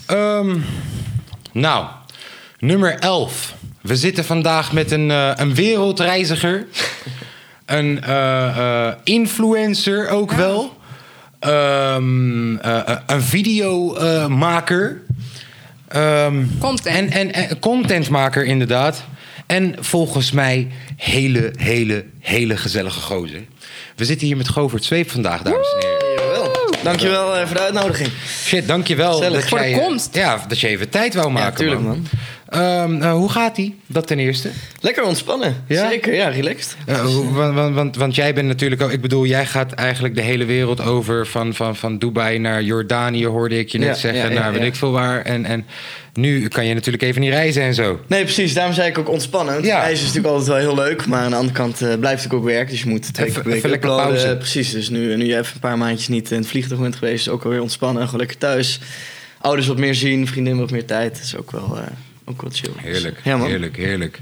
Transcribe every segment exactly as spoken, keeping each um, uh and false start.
Um, nou, nummer elf. We zitten vandaag met een, uh, een wereldreiziger. Een uh, uh, influencer ook ja. wel. Um, uh, uh, een videomaker. Uh, um, content. En, en, en contentmaker inderdaad. En volgens mij hele, hele, hele gezellige gozer. We zitten hier met Govert Zweep vandaag, dames en heren. Dankjewel uh, voor de uitnodiging. Shit, dankjewel. Dat voor jij, de komst. Ja, dat je even tijd wou maken, ja, tuurlijk, man. man. Um, uh, hoe gaat die? Dat ten eerste. Lekker ontspannen. Ja? Zeker, ja, relaxed. Uh, hoe, want, want, want, want jij bent natuurlijk ook... Ik bedoel, jij gaat eigenlijk de hele wereld over... van, van, van Dubai naar Jordanië, hoorde ik je net ja, zeggen. Ja, ja, naar weet ja. ik veel waar. En, en nu kan je natuurlijk even niet reizen en zo. Nee, precies. Daarom zei ik ook ontspannen. Want ja. reizen is natuurlijk altijd wel heel leuk. Maar aan de andere kant uh, blijft het ook werk. Dus je moet twee keer per week uploaden. Precies. Dus nu, nu je even een paar maandjes niet in het vliegtuig bent geweest... is ook alweer ontspannen. Gewoon lekker thuis. Ouders wat meer zien. Vriendinnen wat meer tijd. Dat is ook wel... Uh, Ook wel chill. Heerlijk, ja, heerlijk, heerlijk.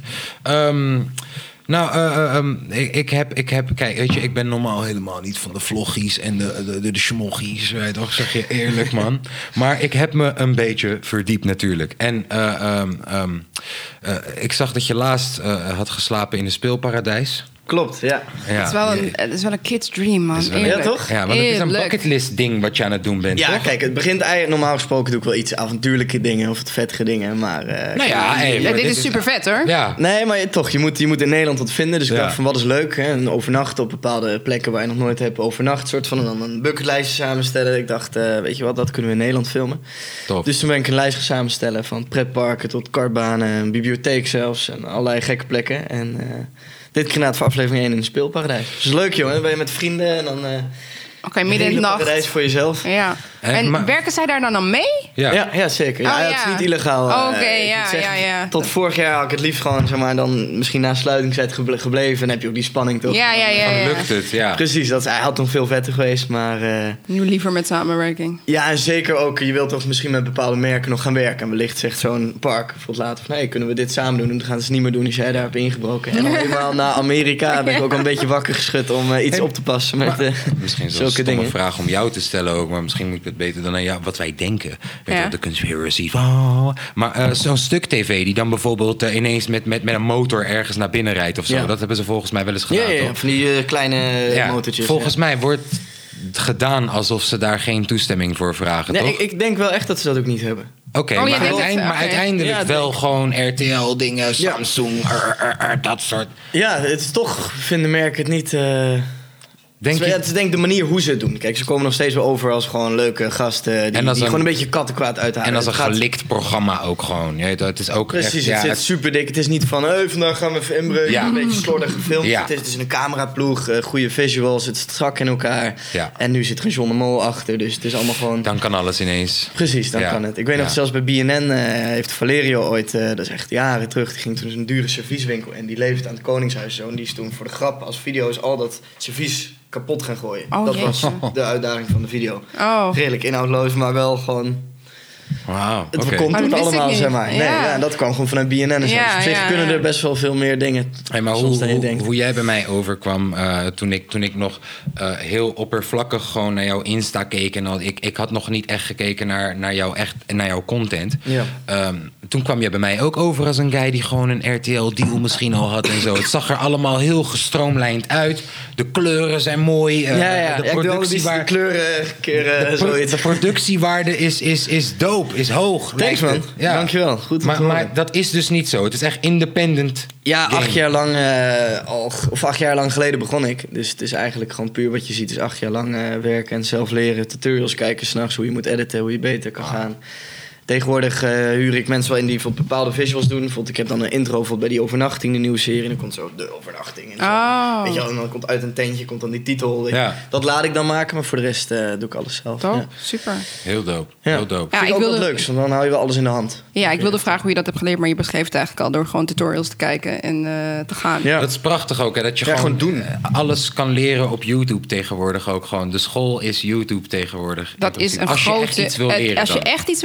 Um, nou, uh, um, ik, ik, heb, ik heb... Kijk, weet je, ik ben normaal helemaal niet van de vloggies en de, de, de, de schmoggies. Weet toch, zeg je eerlijk, man. Maar ik heb me een beetje verdiept natuurlijk. En uh, um, um, uh, ik zag dat je laatst uh, had geslapen in een speelparadijs. Klopt, ja. ja. Het, is wel een, het is wel een kid's dream, man. Wel, ja, toch? Ja, want het is een bucketlist ding wat je aan het doen bent, ja, toch? Kijk, het begint eigenlijk... Normaal gesproken doe ik wel iets avontuurlijke dingen... of het vettige dingen, maar... Uh, nou ja, hey, ja, maar dit, dit is super vet, hoor. Ja. Nee, maar toch, je moet, je moet in Nederland wat vinden. Dus ik ja. dacht van, wat is leuk, hè? Een overnachten op bepaalde plekken... waar je nog nooit hebt overnacht. Soort van dan een bucketlijstje samenstellen. Ik dacht, uh, weet je wat, dat kunnen we in Nederland filmen. Top. Dus toen ben ik een lijst gaan samenstellen... van pretparken tot kartbanen, een bibliotheek zelfs... en allerlei gekke plekken. En... Uh, dit keer na voor aflevering één in een speelparadijs. Dat is leuk, jongen. Dan ben je met vrienden en dan... Uh, Oké, okay, midden in de nacht. paradijs voor jezelf. Ja. En, en maar, werken zij daar dan aan mee? Ja, ja, ja zeker. Ja, oh, ja, ja. Het is niet illegaal. Oh, Oké, okay, uh, ja, zeggen, ja, ja. Tot vorig jaar had ik het liefst gewoon, zeg maar, dan misschien na sluitingstijd gebleven. En dan heb je ook die spanning, toch? Ja, ja, ja. Dan ja. lukt het, ja. Precies, dat is, hij had toen veel vetter geweest, maar... Uh, nu liever met samenwerking. Ja, en zeker ook, je wilt toch misschien met bepaalde merken nog gaan werken. En wellicht zegt zo'n park bijvoorbeeld later van... nee, kunnen we dit samen doen? En dan gaan ze het niet meer doen als jij daar hebt ingebroken. En dan helemaal naar Amerika ben ik ook een beetje wakker geschud om uh, iets hey, op te passen met uh, misschien zulke dingen. Een vraag om jou te stellen ook, maar misschien moet ik het beter dan aan jou, wat wij denken. Weet ja. je, de conspiracy. Oh. Maar uh, zo'n stuk tv die dan bijvoorbeeld uh, ineens met, met, met een motor ergens naar binnen rijdt of zo. Ja. Dat hebben ze volgens mij wel eens gedaan, ja, ja, toch? Van die uh, kleine ja, motortjes. Volgens ja. mij wordt het gedaan alsof ze daar geen toestemming voor vragen, nee, toch? Ik, ik denk wel echt dat ze dat ook niet hebben. Oké, okay, oh, maar, uiteind- okay. maar uiteindelijk ja, wel denk... gewoon R T L-dingen, Samsung, ja. er, er, er, dat soort. Ja, het is toch, vinden merken het niet... Uh... Denk het, is, je... het is denk ik de manier hoe ze het doen. Kijk, ze komen nog steeds wel over als gewoon leuke gasten... die, die een, gewoon een beetje kattenkwaad uithalen. En als een het gaat... gelikt programma ook gewoon. Ja, het is ook Precies, echt, het ja, zit het... super dik. Het is niet van, hey, vandaag gaan we even inbreken. Ja. Een beetje slordig gefilmd. Ja. Het, is, het is een cameraploeg, uh, goede visuals, het strak in elkaar. Ja. En nu zit geen John de Mol achter, dus het is allemaal gewoon... Dan kan alles ineens. Precies, dan ja. kan het. Ik weet nog, ja. zelfs bij B N N uh, heeft Valerio ooit... Uh, dat is echt jaren terug, die ging toen een dure servieswinkel... en die leefde aan het Koningshuis zo. En die is toen voor de grap als video's al dat servies... kapot gaan gooien. Oh, dat jeetje. was de uitdaging van de video. Oh. Redelijk inhoudloos, maar wel gewoon... Wauw, het okay. komt oh, het allemaal, zeg maar. Nee, ja. ja, dat kwam gewoon vanuit B N N en zo. Ja, dus op zich ja, kunnen ja. er best wel veel meer dingen. Hey, maar hoe, hoe, hoe jij bij mij overkwam uh, toen, ik, toen ik nog uh, heel oppervlakkig gewoon naar jouw Insta keek en al, ik, ik had nog niet echt gekeken naar, naar, jouw, echt, naar jouw content. Ja. Um, toen kwam je bij mij ook over als een guy die gewoon een R T L-deal misschien al had en zo. Het zag er allemaal heel gestroomlijnd uit. De kleuren zijn mooi. Uh, ja, ja. De, ja, productiewaarde, de kleuren keer uh, de, pro- zoiets. de productiewaarde is, is, is dope, is hoog. Thanks, man. Ja. Dankjewel. Goed maar, maar dat is dus niet zo. Het is echt independent. Ja, game. acht jaar lang uh, al, of acht jaar lang geleden begon ik. Dus het is eigenlijk gewoon puur wat je ziet. is acht jaar lang uh, werken en zelf leren. Tutorials kijken s'nachts hoe je moet editen, hoe je beter kan ah. gaan. Tegenwoordig uh, huur ik mensen wel in die voor bepaalde visuals doen. Bijvoorbeeld, ik heb dan een intro voor bij die overnachting, de nieuwe serie. En dan komt zo de overnachting. En zo. Oh. Weet je wel, en dan komt uit een tentje, komt dan die titel. Ja. Dat laat ik dan maken, maar voor de rest uh, doe ik alles zelf. Top, ja. super. Heel dope, ja. heel dope. Ja, Vind ik, ik ook wilde... wat leuks, want dan hou je wel alles in de hand. Ja, ik wilde vragen hoe je dat hebt geleerd, maar je beschreef het eigenlijk al door gewoon tutorials te kijken en uh, te gaan. Ja. Dat is prachtig ook, hè, dat je ja, gewoon, gewoon doen. alles kan leren op YouTube tegenwoordig ook gewoon. De school is YouTube tegenwoordig. Dat is een als grote... je echt iets wil leren Als je dan. echt iets wil leren,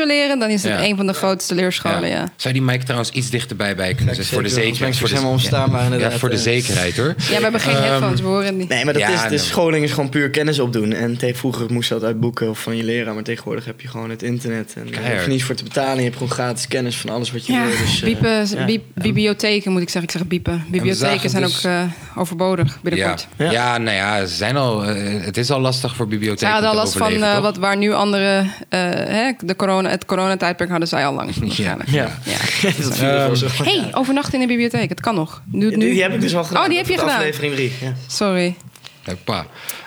Duitsland is het Ja. een van de grootste leerscholen, ja. Zou die mic trouwens iets dichterbij bij kunnen Ga ik zetten? Voor de zeker doen, zekerheid. anders Voor ben de, ik helemaal onstaanbaar, ja, inderdaad. ja, voor de zekerheid hoor. Ja, we hebben geen Ehm, headphones, we horen het niet. Nee, maar dat Ja, is, de nou. scholing is gewoon puur kennis opdoen. En te, vroeger moest dat uit boeken of van je leraar. Maar tegenwoordig heb je gewoon het internet. En daar hoef je niet voor te betalen. Je hebt gewoon gratis kennis van alles wat je Ja, wil. Dus, uh, biepen, ja. bi- bibliotheken moet ik zeggen. Ik zeg biepen. Bibliotheken zijn zagen ook dus- uh, overbodig binnenkort. Ja. Ja. Ja. nou ja, ze zijn al, uh, het is al lastig voor bibliotheken. Zij hadden al te last van overleven, uh, toch? wat, waar nu andere... Uh, hè, de corona, het coronatijdperk hadden zij al lang. waarschijnlijk. Ja, Ja. dat is wel zo. Hey, overnachten in de bibliotheek. Het kan nog. Doe het Die, nu. die heb ik dus al gedaan. Oh, die heb je Dat is gedaan. aflevering drie. Ja. Sorry. Leuk, pa.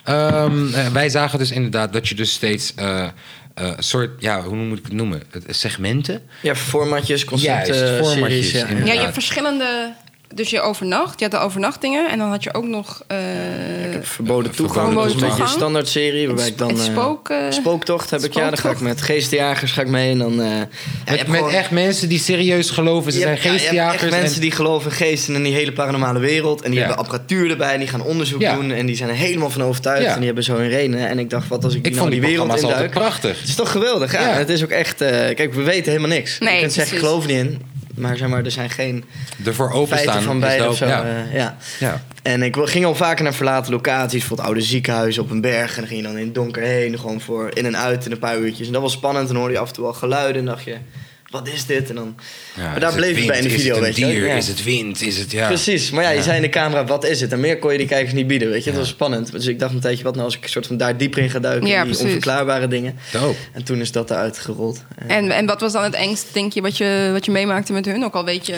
Um, uh, wij zagen dus inderdaad dat je dus steeds uh, uh, soort, ja, hoe moet ik het noemen? Het- Segmenten? Ja, formatjes, concepten, Juist, formatjes, series. Ja. inderdaad. Ja, je hebt verschillende... Dus je overnacht. Je had de overnachtingen. En dan had je ook nog... Uh, Ik heb verboden toegang. Verboden dat is een beetje toegang. een standaard serie. Waarbij het ik dan... het eh, spook... uh, Spooktocht heb ik, ja. Dan ga ik Spooktocht. met geestenjagers ga ik mee. En dan, uh, ja, je Met, hebt met gewoon- echt mensen die serieus geloven. Ze je zijn hebt- ja, je hebt geestjagers. echt mensen en, die geloven in geesten en die hele paranormale wereld. En die Ja. hebben apparatuur erbij en die gaan onderzoek Ja. doen. En die zijn er helemaal van overtuigd. Ja. En die hebben zo een reden. En ik dacht, wat als ik, die ik nou vond die die wereld programma's altijd induik? prachtig. Het is toch geweldig, ja. Ja. En het is ook echt... uh, kijk, we weten helemaal niks. Nee, je kunt zeggen, ik precies. geloof niet in. Maar zeg maar, er zijn geen Ervoor feiten openstaan. van is beide dope, of zo. ja. uh, ja. Ja. En ik ging al vaker naar verlaten locaties, bijvoorbeeld oude ziekenhuizen op een berg. En dan ging je dan in het donker heen, gewoon voor in en uit in een paar uurtjes. En dat was spannend. En dan hoorde je af en toe al geluiden en dacht je, wat is dit? En dan... Ja, maar is daar het bleef je bij in de wind? video, Is het weet een je. dier? Ja. Is het wind? Is het, ja. Precies, maar ja, je Ja. zei in de camera, wat is het? En meer kon je die kijkers niet bieden, weet je. Ja. Dat was spannend. Dus ik dacht een tijdje, wat nou als ik soort van daar dieper in ga duiken, Ja, in die precies. onverklaarbare dingen. Dope. En toen is dat eruit gerold. En, en wat was dan het engste, denk je, wat je, wat je meemaakte met hun? Ook al weet je...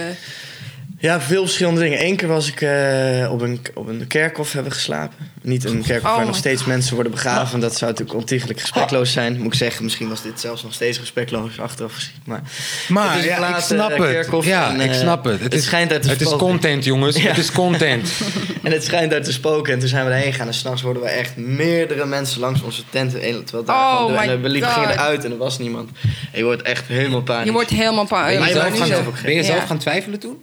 Ja, veel verschillende dingen. Eén keer was ik uh, op, een, op een kerkhof hebben geslapen. Niet een kerkhof Oh waar my nog steeds mensen worden begraven. Dat zou natuurlijk ontiegelijk respectloos zijn. Moet ik zeggen, misschien was dit zelfs nog steeds respectloos achteraf gezien. Maar, Maar het is een ja, ik verlaten, snap uh, het. kerkhof Ja, en, ik uh, snap het. Het, het is, schijnt uit te het is spoken. content, jongens. Ja. Het is content. En het schijnt uit te spoken. En toen zijn we erheen gegaan. En s'nachts hoorden we echt meerdere mensen langs onze tenten. Terwijl daar Oh gewoon, my en we liepen, God. gingen eruit en er was niemand. En je wordt echt helemaal panisch. Je wordt helemaal... Pa- Ben je, Maar je zelf maakt gaan, jezelf ook gek. ben je zelf Ja. gaan twijfelen toen?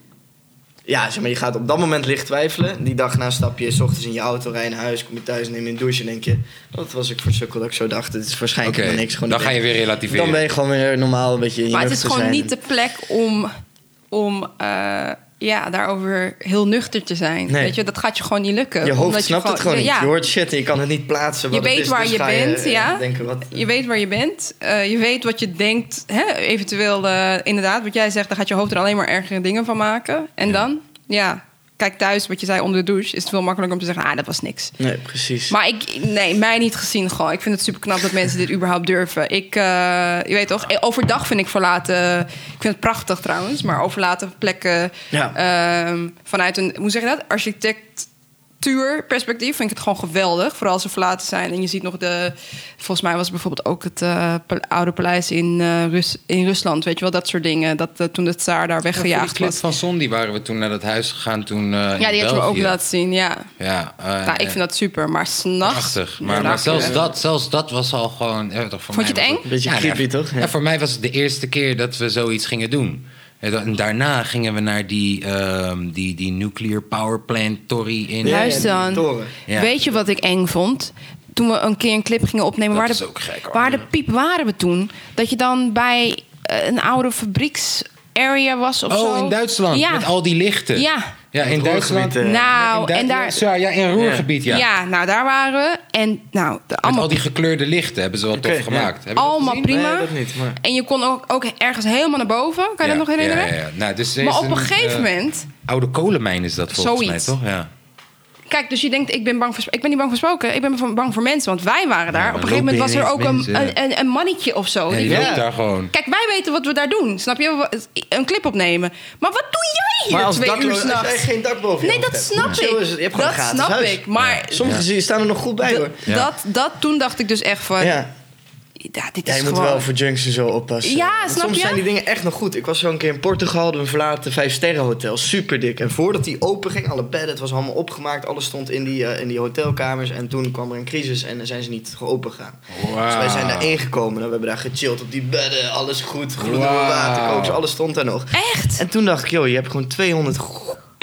Ja, zeg maar, je gaat op dat moment licht twijfelen. Die dag na stap je 's ochtends in je auto, rij je naar huis, kom je thuis, neem je een douche en denk je... Wat was ik voor sukkel dat ik zo dacht, het is waarschijnlijk Oké, helemaal niks. Gewoon dan een ga je beetje- weer relativeren. Dan ben je gewoon weer normaal een beetje in je Maar het is nuchter gewoon zijn. niet de plek om, om uh, ja, daarover heel nuchter te zijn. Nee. Weet je, dat gaat je gewoon niet lukken. Je hoofd Omdat snapt je het gewoon niet. ja, Je hoort shit en je kan het niet plaatsen. Je Wat het weet is, waar dus je ga bent, eh, ja. Denken, wat, Je weet waar je bent. Uh, je weet wat je denkt. Hè? Eventueel, uh, inderdaad, wat jij zegt, dan gaat je hoofd er alleen maar ergere dingen van maken. En Ja. dan, ja, kijk thuis, wat je zei onder de douche, is het veel makkelijker om te zeggen, ah, dat was niks. Nee, precies. Maar ik, nee, mij niet gezien gewoon. Ik vind het super knap dat mensen dit überhaupt durven. Ik, uh, je weet toch, overdag vind ik verlaten, ik vind het prachtig trouwens, maar overlaten plekken Ja. um, vanuit een, hoe zeg je dat, architectuurperspectief vind ik het gewoon geweldig. Vooral als ze verlaten zijn en je ziet nog de, volgens mij was het bijvoorbeeld ook het uh, oude paleis in, uh, Rus, in Rusland, weet je wel, dat soort dingen. Dat uh, toen de tsaar daar Ja, voor weggejaagd die clip was. van Sondi waren we toen naar dat huis gegaan toen uh, in Ja, die had je me ook België. laten zien, ja. Ja, uh, Nou, ik vind dat super, maar s'nachts... prachtig. Maar, Ja, maar zelfs, ja. dat, zelfs dat was al gewoon... Ja, toch, voor Vond je mij het was eng? Beetje ja, creepy, ja, toch? Ja. Ja, voor mij was het de eerste keer dat we zoiets gingen doen. En daarna gingen we naar die, um, die, die nuclear power plant Tory in... Ja, Luister ja, dan. die toren. Ja. Weet je wat ik eng vond? Toen we een keer een clip gingen opnemen... Dat waar, is de, ook gek, hoor. waar de piep waren we toen? Dat je dan bij uh, een oude fabrieks-area was of Oh, zo. in Duitsland, Ja. met al die lichten. Ja. Ja, in Het Duitsland. Ruhrgebied, eh. Nou, in Du- en daar... Ja, ja, in Roergebied, ja. Ja. nou daar waren we. En nou, de, Met allemaal, al die gekleurde lichten hebben ze wel Oké, tof ja. gemaakt. Heb je dat allemaal gezien? prima. Nee, dat niet, maar- En je kon ook, ook ergens helemaal naar boven. Kan je Ja, dat nog herinneren? Ja, ja, ja. Nou, dus er Maar is op een gegeven eh, moment... oude kolenmijn is dat volgens Zoiets. mij, toch? Ja. Kijk, dus je denkt, ik ben bang voor... Ik ben niet bang voor spoken, ik ben bang voor mensen. Want wij waren daar. Ja, op een maar gegeven moment was er lopen ook een, ineens een, een, een mannetje of zo. Ja, die die loopt Ja. daar gewoon. Kijk, wij weten wat we daar doen. Snap je? Een clip opnemen. Maar wat doe jij hier Maar als, twee uur dakloos, als jij s'nachts? geen dak boven je Nee, hoofd dat hebt, snap hoe chill ik. is het? Je hebt gewoon Dat een gratis snap huis. ik. Maar Sommige ja. staan er nog goed bij, d- hoor. Ja. dat, dat, toen dacht ik dus echt van... Ja. Ja, dit Ja, is je moet gewoon... wel voor junks en zo oppassen. Ja, Want snap soms je? zijn die dingen echt nog goed. Ik was zo een keer in Portugal, een verlaten vijfsterrenhotel. Super dik. En voordat die open ging, alle bedden, het was allemaal opgemaakt. Alles stond in die, uh, in die hotelkamers. En toen kwam er een crisis en dan zijn ze niet gewoon open gegaan. Wow. Dus wij zijn daar ingekomen. En we hebben daar gechilled op die bedden. Alles goed. Gloedende Wow. waterkokers, alles stond daar nog. Echt? En toen dacht ik, joh, je hebt gewoon tweehonderd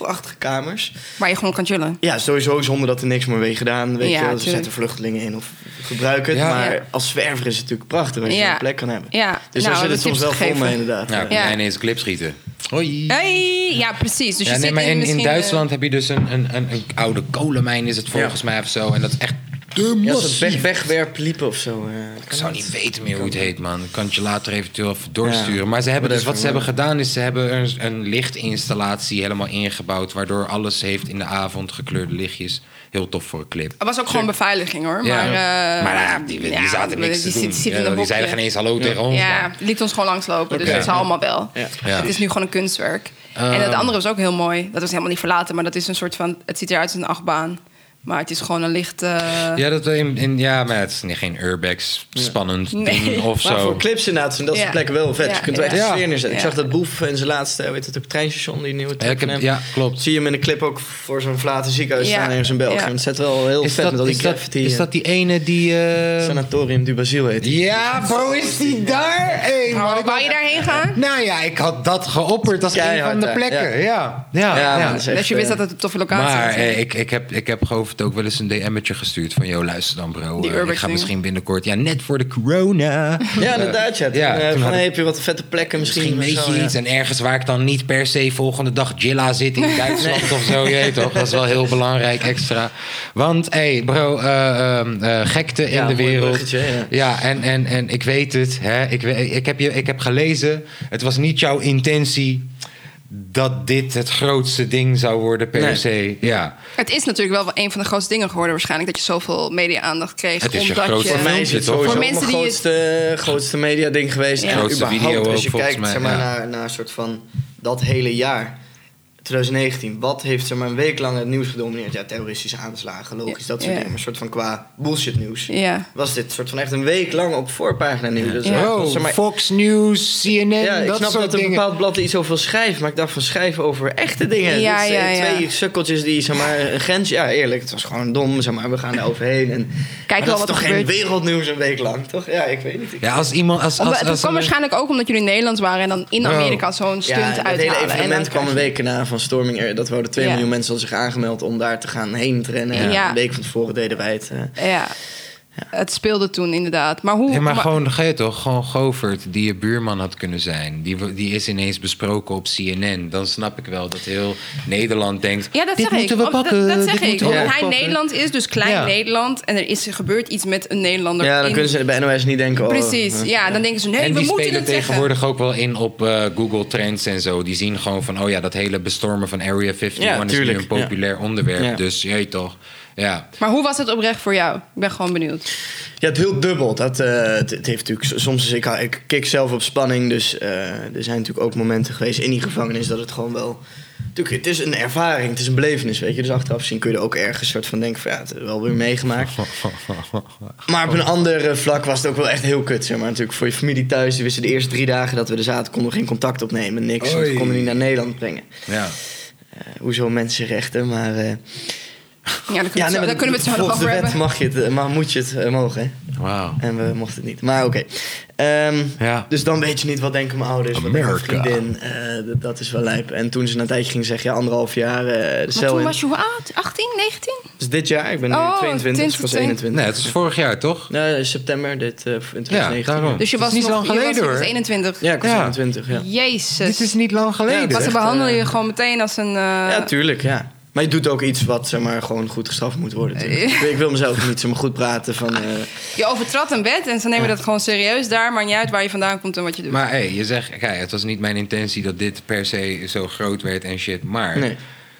kroegachtige kamers. Waar je gewoon kan chillen. Ja, sowieso zonder dat er niks meer mee gedaan. Weet Ja, je wel, ze tuurlijk. zetten vluchtelingen in of gebruiken het. Ja. Maar Ja. als zwerver is het natuurlijk prachtig als je Ja. een plek kan hebben. Ja, Dus nou, daar zit we het soms tips wel vol mee gegeven. inderdaad. Ja, Ja. kun jij ineens een clip schieten. Hoi. Hey, ja, precies. Dus Ja, je nee, zit maar in, in misschien, Duitsland heb je dus een, een, een, een oude kolenmijn is het volgens mij of zo. En dat is echt de Ja, zo'n massief. weg, wegwerpliepen of zo. eh, Ik kan zou dat? niet weten meer hoe het heet, man. Ik kan het je later eventueel even doorsturen. Ja, maar ze hebben dus, wat whatever, ze hebben gedaan is... ze hebben een, een lichtinstallatie helemaal ingebouwd... waardoor alles heeft in de avond gekleurde lichtjes. Heel tof voor een clip. Het was ook gewoon beveiliging hoor. Ja. Maar, uh, maar nou ja, die, die ja, zaten niks die te doen. zit- zit in Ja, een die hokje. zeiden geen eens hallo tegen ons. Ja, man. die liet ons gewoon langslopen. Dus Oké. dat is allemaal wel. Ja. Ja. Het is nu gewoon een kunstwerk. Um, en het andere was ook heel mooi. Dat was helemaal niet verlaten, maar dat is een soort van... Het ziet eruit als een achtbaan. Maar het is gewoon een licht... Uh... Ja, dat in, in, ja, maar het is niet- geen urbex spannend Nee. ding of Maar zo. voor clips inderdaad zijn dat soort Ja. plekken wel vet. Ja, Je kunt er echt ja. een sfeer neerzetten. Ik Ja. zag dat Boef in zijn laatste, weet het, op het treinstation, die nieuwe Ja, track ik heb- van hem. ja, klopt. Zie je hem in de clip ook voor zo'n verlaten ziekenhuis Ja. staan ergens in België. Ja. En het zet wel heel Is vet dat, met al die is, dat, graffiti. is eh, dat die ene die... eh, Sanatorium du Basiel heet die. Ja, bro, is die daar? Hey, man, Oh, ik wou je daarheen gaan? Nou ja, ik had dat geopperd als een Keihard, van de hè? plekken. Ja, ja, ja. Ja, ja. man, dat is echt, Dus je wist eh, dat het een toffe locatie Maar was. eh, ik, ik, heb, ik heb Govert ook wel eens een D M'tje gestuurd van... yo, luister dan bro, Die eh, urbex ik ga dingen. misschien binnenkort... Ja, net voor de corona. Ja, inderdaad. Ja. Toen, Ja, eh, toen van, had hey, ik- heb je wat vette plekken misschien? Misschien weet of zo, je ja. iets. En ergens waar ik dan niet per se volgende dag Gilla zit in Duitsland of zo. Je weet toch? Dat is wel heel belangrijk extra. Want, hé hey, bro, eh, eh, eh, gekte in Ja, de mooi wereld. bruggetje, ja. Ja, en, en, en ik weet het. Hè? Ik, we- ik, heb je, ik heb gelezen. Het was niet jouw intentie dat dit het grootste ding zou worden per Nee. se. Ja. Het is natuurlijk wel een van de grootste dingen geworden waarschijnlijk... dat je zoveel media-aandacht kreeg. Het is je omdat grootste Voor mij is het Toch? sowieso Voor mijn mensen die het- grootste, grootste media-ding geweest. Ja. En Grootste überhaupt, video als ook, je volgens kijkt mij, zeg maar, ja. naar, naar een soort van dat hele jaar... twintig negentien, wat heeft zeg maar, een week lang het nieuws gedomineerd? Ja, terroristische aanslagen, logisch, dat soort Ja. dingen. Maar een soort van qua bullshit nieuws. Ja. Was dit soort van echt een week lang op voorpagina nieuws. Dus, Ja. Oh, was, zeg maar, Fox News, C N N, ja, ik dat snap soort dat een dingen. bepaald blad iets over schrijft, maar ik dacht van schrijven over echte dingen. Ja, Dit, ja, eh, ja. Twee sukkeltjes die zeg maar een grens. Ja, eerlijk, het was gewoon dom. Zeg maar, we gaan er overheen. En, Kijk maar wel dat wat is er toch geen gebeurt. wereldnieuws een week lang, toch? Ja, ik weet niet. Ik, Ja, als iemand... Als, Of, als, het als kwam een- waarschijnlijk ook omdat jullie in Nederland waren... en dan in Oh. Amerika zo'n stunt ja, het uithalen. hele En dan evenement kwam een krijg je- week na van Storming Air. Dat wouden twee Ja. miljoen mensen hadden zich aangemeld om daar te gaan heen trainen. En Ja. een week van tevoren deden wij het. eh. Ja. Het speelde toen inderdaad. Maar hoe... Ja, maar maar- gewoon, ga je toch, gewoon Govert, die je buurman had kunnen zijn. Die, die is ineens besproken op C N N. Dan snap ik wel dat heel Nederland denkt... Ja, dat dit zeg ik. moeten we Of dat- pakken, dat, dit zeg ik. moeten we Omdat hij pakken. Nederland is, dus klein Ja. Nederland... en er is er gebeurt iets met een Nederlander. Ja, dan in- kunnen ze bij N O S niet denken... Oh, Precies, eh. ja. Dan denken ze, nee, En we die moeten spelen het zeggen. tegenwoordig ook wel in op eh, Google Trends en zo. Die zien gewoon van, oh ja, dat hele bestormen van Area eenenvijftig Ja, is nu tuurlijk, een populair onderwerp. Ja. Dus je toch, ja. Maar hoe was het oprecht voor jou? Ik ben gewoon benieuwd. Ja, het heel dubbel. Dat, eh, het, het heeft natuurlijk soms is ik, ik kik zelf op spanning, dus eh, er zijn natuurlijk ook momenten geweest in die gevangenis dat het gewoon wel. Natuurlijk, het is een ervaring, het is een belevenis, weet je. Dus achteraf zien kun je er ook ergens soort van denken van ja, het is wel weer meegemaakt. Maar op een ander eh, vlak was het ook wel echt heel kut, zeg maar. Natuurlijk voor je familie thuis. Die wisten de eerste drie dagen dat we er zaten, konden we geen contact opnemen, niks. Want we Oei. konden niet naar Nederland brengen. ja. Uh, hoezo mensenrechten, maar. eh, Ja, daar kunnen, we, het zo- maar daar kunnen we het zo nog volgens over de wet hebben. mag je het, eh, maar moet je het eh, mogen, hè? Wauw. En we mochten het niet. Maar oké. Ehm, Ja. Dus dan weet je niet wat denken mijn ouders, wat denken mijn Amerika. vriendin. Eh, d- dat is wel lijp. En toen ze na een tijdje ging zeggen, ja, anderhalf jaar eh, de Maar cel toen in. was je hoe oud? achttien, negentien? Dus dit jaar, ik ben nu Oh, tweeëntwintig, dus ik was twintig, eenentwintig. Nee, het is vorig jaar, toch? Nee, september dit, eh, in twintig negentien. daarom. Dus je Het was is niet nog lang je was- geleden, je was hoor. eenentwintig. Ja, ik was Ja. eenentwintig, ja. Jezus. Dit is niet lang geleden. maar ze echt, behandelen eh, je gewoon meteen als een... eh, Ja, tuurlijk, ja. Maar je doet ook iets wat, zeg maar, gewoon goed gestraft moet worden. natuurlijk. Ik, ik wil mezelf niet, zeg maar, goed praten van... eh, Je overtrad een wet en ze nemen dat gewoon serieus daar. Maakt niet uit waar je vandaan komt en wat je doet. Maar hey, je zegt, kijk, het was niet mijn intentie dat dit per se zo groot werd en shit. Maar nee.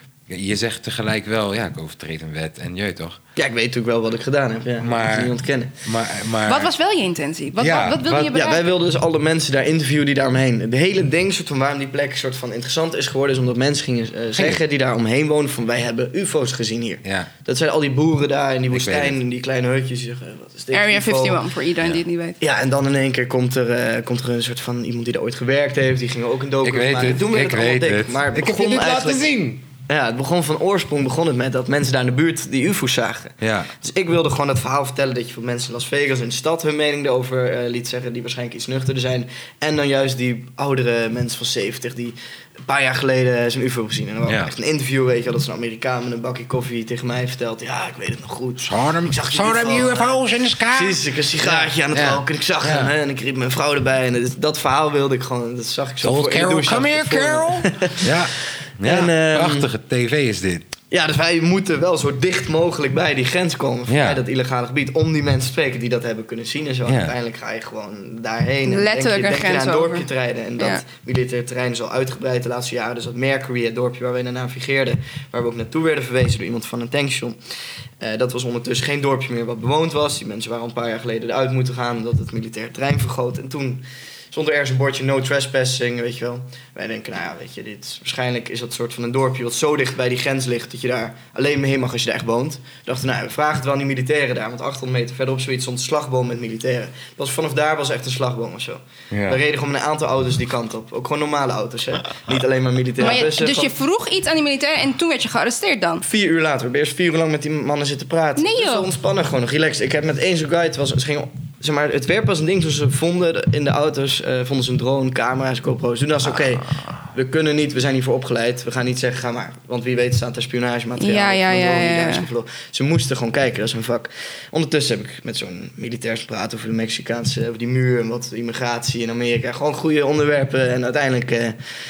je zegt tegelijk wel, ja, ik overtreed een wet en je toch. Ja, ik weet natuurlijk wel wat ik gedaan heb. Ja. Maar- Dat is niet ontkennen. Maar, maar, Wat was wel je intentie? Wat, Ja, wat, wat wilde wat- je Ja, bereiken? wij wilden dus alle mensen daar interviewen die daar omheen. De hele ding, soort van waarom die plek soort van interessant is geworden, is omdat mensen gingen eh, zeggen die daar omheen wonen van wij hebben U F O's gezien hier. Ja, Dat zijn al die boeren daar in die Ik weet woestijn, het. in die kleine hutjes. Die zeggen, wat is dit? Area U F O? eenenvijftig, voor iedereen die het niet weet. Ja, en dan in één keer komt er, eh, komt er een soort van iemand die er ooit gewerkt heeft. Die ging ook een docu ik weet maken. het. Toen werd Ik het allemaal weet dik. het. Maar het ik heb je begon dit eigenlijk... laten zien. Ja, het begon van oorsprong begon het met dat mensen daar in de buurt die U F O's zagen. Ja. Dus ik wilde gewoon het verhaal vertellen dat je voor mensen in Las Vegas in de stad hun mening erover uh, liet zeggen, die waarschijnlijk iets nuchterder zijn. En dan juist die oudere mensen van zeventig die een paar jaar geleden zijn U F O gezien. En dan was Ja. echt een interview, weet je wel, dat zo'n Amerikaan met een bakje koffie tegen mij vertelt. Ja, ik weet het nog goed. Saw them, Ik zag die saw them U F O, U F O's in the sky. Precies, ik een sigaartje aan het Ja. roken en ik zag Ja. hem hè, en ik riep mijn vrouw erbij. En dat, dat verhaal wilde ik gewoon, dat zag ik zo Old voor in de Carol, douche. come here, Voor me. Carol. Ja, ja. En, ehm, prachtige tv is dit. Ja, dus wij moeten wel zo dicht mogelijk bij die grens komen. Ja. Bij dat illegale gebied. Om die mensen te spreken die dat hebben kunnen zien en zo. Ja. En uiteindelijk ga je gewoon daarheen. En Letterlijk denk je, een denk je grens naar een dorpje over. te rijden. En dat Ja. militaire terrein is al uitgebreid de laatste jaren. Dus dat Mercury, het dorpje waar we naar navigeerden. Waar we ook naartoe werden verwezen door iemand van een tankstation. Uh, dat was ondertussen geen dorpje meer wat bewoond was. Die mensen waren al een paar jaar geleden eruit moeten gaan. Omdat het militaire terrein vergroot. En toen stond er ergens een bordje no trespassing, weet je wel. Wij denken, nou ja, weet je, dit is, waarschijnlijk is dat soort van een dorpje wat zo dicht bij die grens ligt dat je daar alleen mee heen mag als je daar echt woont. We dachten, nou, we vragen het wel aan die militairen daar, want achthonderd meter verderop zoiets stond een slagboom met militairen. Was, vanaf daar was echt een slagboom of zo. Ja. We reden gewoon met een aantal auto's die kant op. Ook gewoon normale auto's, hè. Niet alleen maar militaire Maar je, bussen. dus je Gewoon vroeg iets aan die militair en toen werd je gearresteerd dan? Vier uur later, we hebben eerst vier uur lang met die mannen zitten praten. Nee, joh. Dus ontspannen, gewoon nog relaxed. Ik heb met één zo'n guide, was, ze gingen, zeg maar, het werp was een ding toen ze vonden in de auto's, uh, vonden ze een drone, camera's, GoPro's. Toen dachten ze, oké, we kunnen niet, we zijn hiervoor opgeleid. We gaan niet zeggen, ga maar. Want wie weet staat er spionagemateriaal. Ja, ja, of een ja, drone die ja, daar is ja. gevlogen. Ze moesten gewoon kijken, dat is hun vak. Ondertussen heb ik met zo'n militair gepraat over de Mexicaanse, over die muur en wat immigratie in Amerika. Gewoon goede onderwerpen en uiteindelijk... Uh,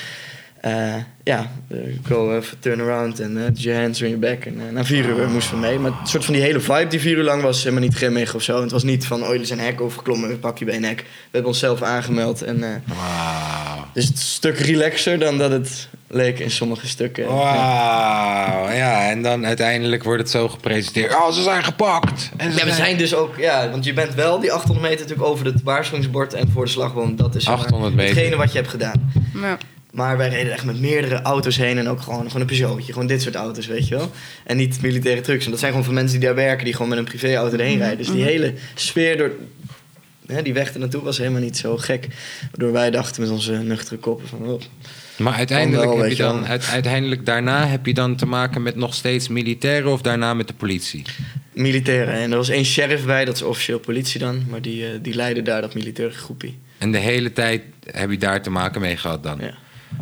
Uh, ja, uh, go even turn around en uh, your hands on your back. En uh, na vier uur moesten we mee. Maar het soort van die hele vibe die vier uur lang was helemaal niet grimmig of zo. En het was niet van, oh, jullie zijn hek overgeklommen, we pakken je bij een hek. We hebben onszelf aangemeld. En, uh, Wauw. dus het is een stuk relaxer dan dat het leek in sommige stukken. Wauw. Ja, en dan uiteindelijk wordt het zo gepresenteerd. Oh, ze zijn gepakt. En ze Ja, we zijn dus ook, ja, want je bent wel die achthonderd meter natuurlijk over het waarschuwingsbord en voor de slagboom. Dat is zeg maar, achthonderd meter. hetgene wat je hebt gedaan. Ja. Maar wij reden echt met meerdere auto's heen en ook gewoon, gewoon een Peugeotje. Gewoon dit soort auto's, weet je wel. En niet militaire trucks. En dat zijn gewoon van mensen die daar werken, die gewoon met een privéauto erheen rijden. Dus die hele sfeer door hè, die weg ernaartoe was helemaal niet zo gek. Waardoor wij dachten met onze nuchtere koppen van... Oh. Maar uiteindelijk, Dan wel, heb je weet je dan, wel. uit- uiteindelijk daarna heb je dan te maken met nog steeds militairen of daarna met de politie? Militairen. En er was één sheriff bij, dat is officieel politie dan. Maar die, uh, die leidde daar dat militaire groepie. En de hele tijd heb je daar te maken mee gehad dan? Ja.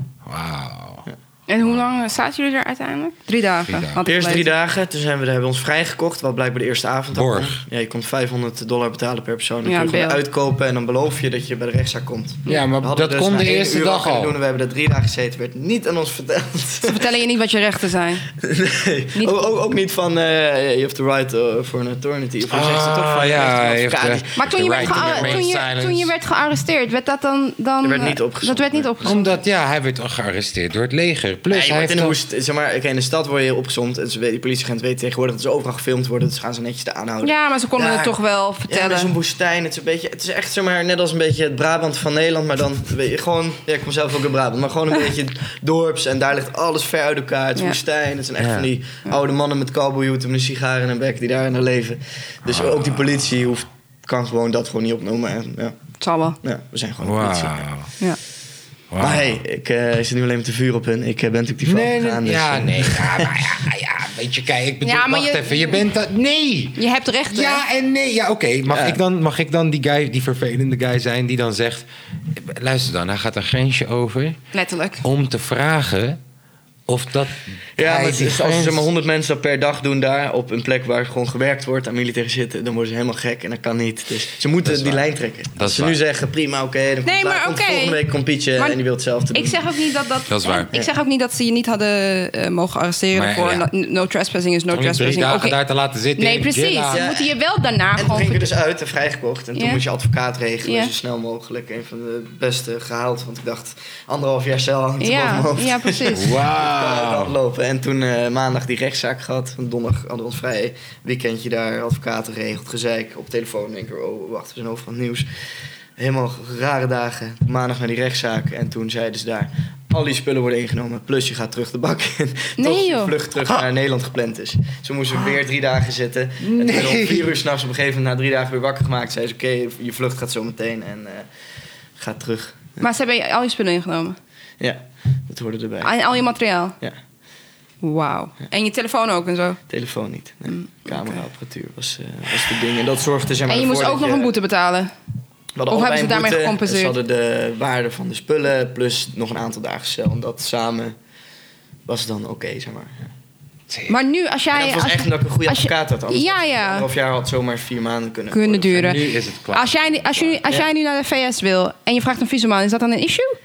Wauw. En hoe lang zaten jullie er uiteindelijk? Drie dagen. Drie dagen. had ik Eerst drie gelezen. dagen, toen zijn we, hebben we ons vrijgekocht. Wat blijkbaar de eerste avond al Borg. kon. Ja, je kon vijfhonderd dollar betalen per persoon. Dan Ja, kun je gewoon bail. uitkopen en dan beloof je dat je bij de rechtszaak komt. Ja, maar We hadden dat dus kon na de één eerste uur dag kunnen al. doen en we hebben er drie dagen gezeten. werd niet aan ons verteld. Ze vertellen je niet wat je rechten zijn. Nee, Niet- ook, ook, ook niet van uh, you have the right uh, for an eternity. Of Ah, zegt ze toch van, ja, je je hebt een hebt, advocaat. eh, Maar toen je, The werd right to gea- remain toen, je, silent. toen je werd gearresteerd, werd dat dan... dan Er werd niet eh, opgezocht. Dat werd niet opgezocht. Omdat, ja, hij werd gearresteerd door het leger. Plus, Nee, je hij wordt in heeft de, toch- woest, zeg maar, oké, in de stad word je opgezomd. En ze, die politieagent weet tegenwoordig dat ze overal gefilmd worden. Dus gaan ze netjes te aanhouden. Ja, maar ze konden Ja. het toch wel Ja, vertellen. met zo'n woestijn. Het is, een beetje, het is echt zeg maar, net als een beetje het Brabant van Nederland. Maar dan weet je, gewoon... Ja, ik kom zelf ook in Brabant. Maar gewoon een beetje dorps. En daar ligt alles ver uit elkaar. Het is Ja. woestijn. Het zijn echt Ja. van die oude mannen met cowboyhoed en een sigaar in hun bek die daar naar leven. Dus ook die politie hoeft, kan gewoon dat gewoon niet opnoemen. En, ja, Het zal wel. ja, we zijn gewoon een politie. Wauw. Ja. Wauw. Maar hey, ik uh, zit nu alleen met de vuur op hun. Ik uh, ben natuurlijk die fout Nee, nee, gegaan. Dus, ja, uh, nee. Ja, maar ja, ja, weet je, kijk, ik bedoel, Ja, maar wacht je- even. Je bent dat... Nee! Je hebt rechten. Ja en nee. Ja, oké. Mag, Ja. ik dan, mag ik dan die guy, die vervelende guy zijn die dan zegt... Luister dan, hij gaat een grensje over Letterlijk. om te vragen of dat... Ja, hij maar die als er grens- zeg maar honderd mensen dat per dag doen daar... op een plek waar gewoon gewerkt wordt aan militairen zitten... dan worden ze helemaal gek en dat kan niet. Dus ze moeten Dat is die waar. lijn trekken. Dat Als is ze nu waar. zeggen, prima, oké... dan komt, Nee, maar komt oké. volgende week komt Pietje Maar en die wil hetzelfde doen. Ik zeg ook niet dat dat... Dat is waar. Ik zeg ook niet dat ze je niet hadden eh, mogen arresteren Maar, voor ja. no, no trespassing is no Om je drie trespassing. dagen Oké. daar te laten zitten. Nee, in precies. Gilla. Ze Ja. moeten je wel daarna En toen gewoon... ging ik er ver- dus uit en vrijgekocht. En toen Ja. moest je advocaat regelen, Ja. zo snel mogelijk. Een van de beste gehaald. Want ik dacht, anderhalf jaar cel hangt er boven mijn Ja, hoofd. ja, precies. Wauw. Lopen. En toen uh, maandag die rechtszaak gehad. Donderdag hadden we ons vrij weekendje daar, advocaten geregeld, gezeik. Op telefoon denk ik, oh wacht, we zijn overal het nieuws. Helemaal rare dagen. Maandag naar die rechtszaak. En toen zeiden ze daar, al die spullen worden ingenomen. Plus je gaat terug de bak in. Nee, tot je joh. vlucht terug naar Nederland gepland is. Zo moesten we weer drie dagen zitten. En toen werden we om vier uur s'nachts op een gegeven moment na drie dagen weer wakker gemaakt. Zeiden ze, oké, je vlucht gaat zo meteen. En uh, gaat terug. Maar ze hebben al je spullen ingenomen. Ja, dat hoorde erbij. En al je materiaal. Ja. Wauw. En je telefoon ook en zo? Telefoon niet. Nee. Mm, Cameraapparatuur was, uh, was de ding. En dat zorgde zeg maar En je moest ervoor ook dat nog je- een boete betalen? Of hebben ze daarmee gecompenseerd? Ze hadden de waarde van de spullen plus nog een aantal dagen cel. En dat samen was dan oké, okay, zeg maar. Ja. Maar nu, als jij... En dat was als, echt omdat ik een goede als je- advocaat had. Anders Ja, had het ja. Anderhalf jaar had zomaar vier maanden kunnen kunnen worden. duren. Nu is het klaar. Als jij, als, je, als jij nu naar de V S wil en je vraagt een visum aan, is dat dan een issue?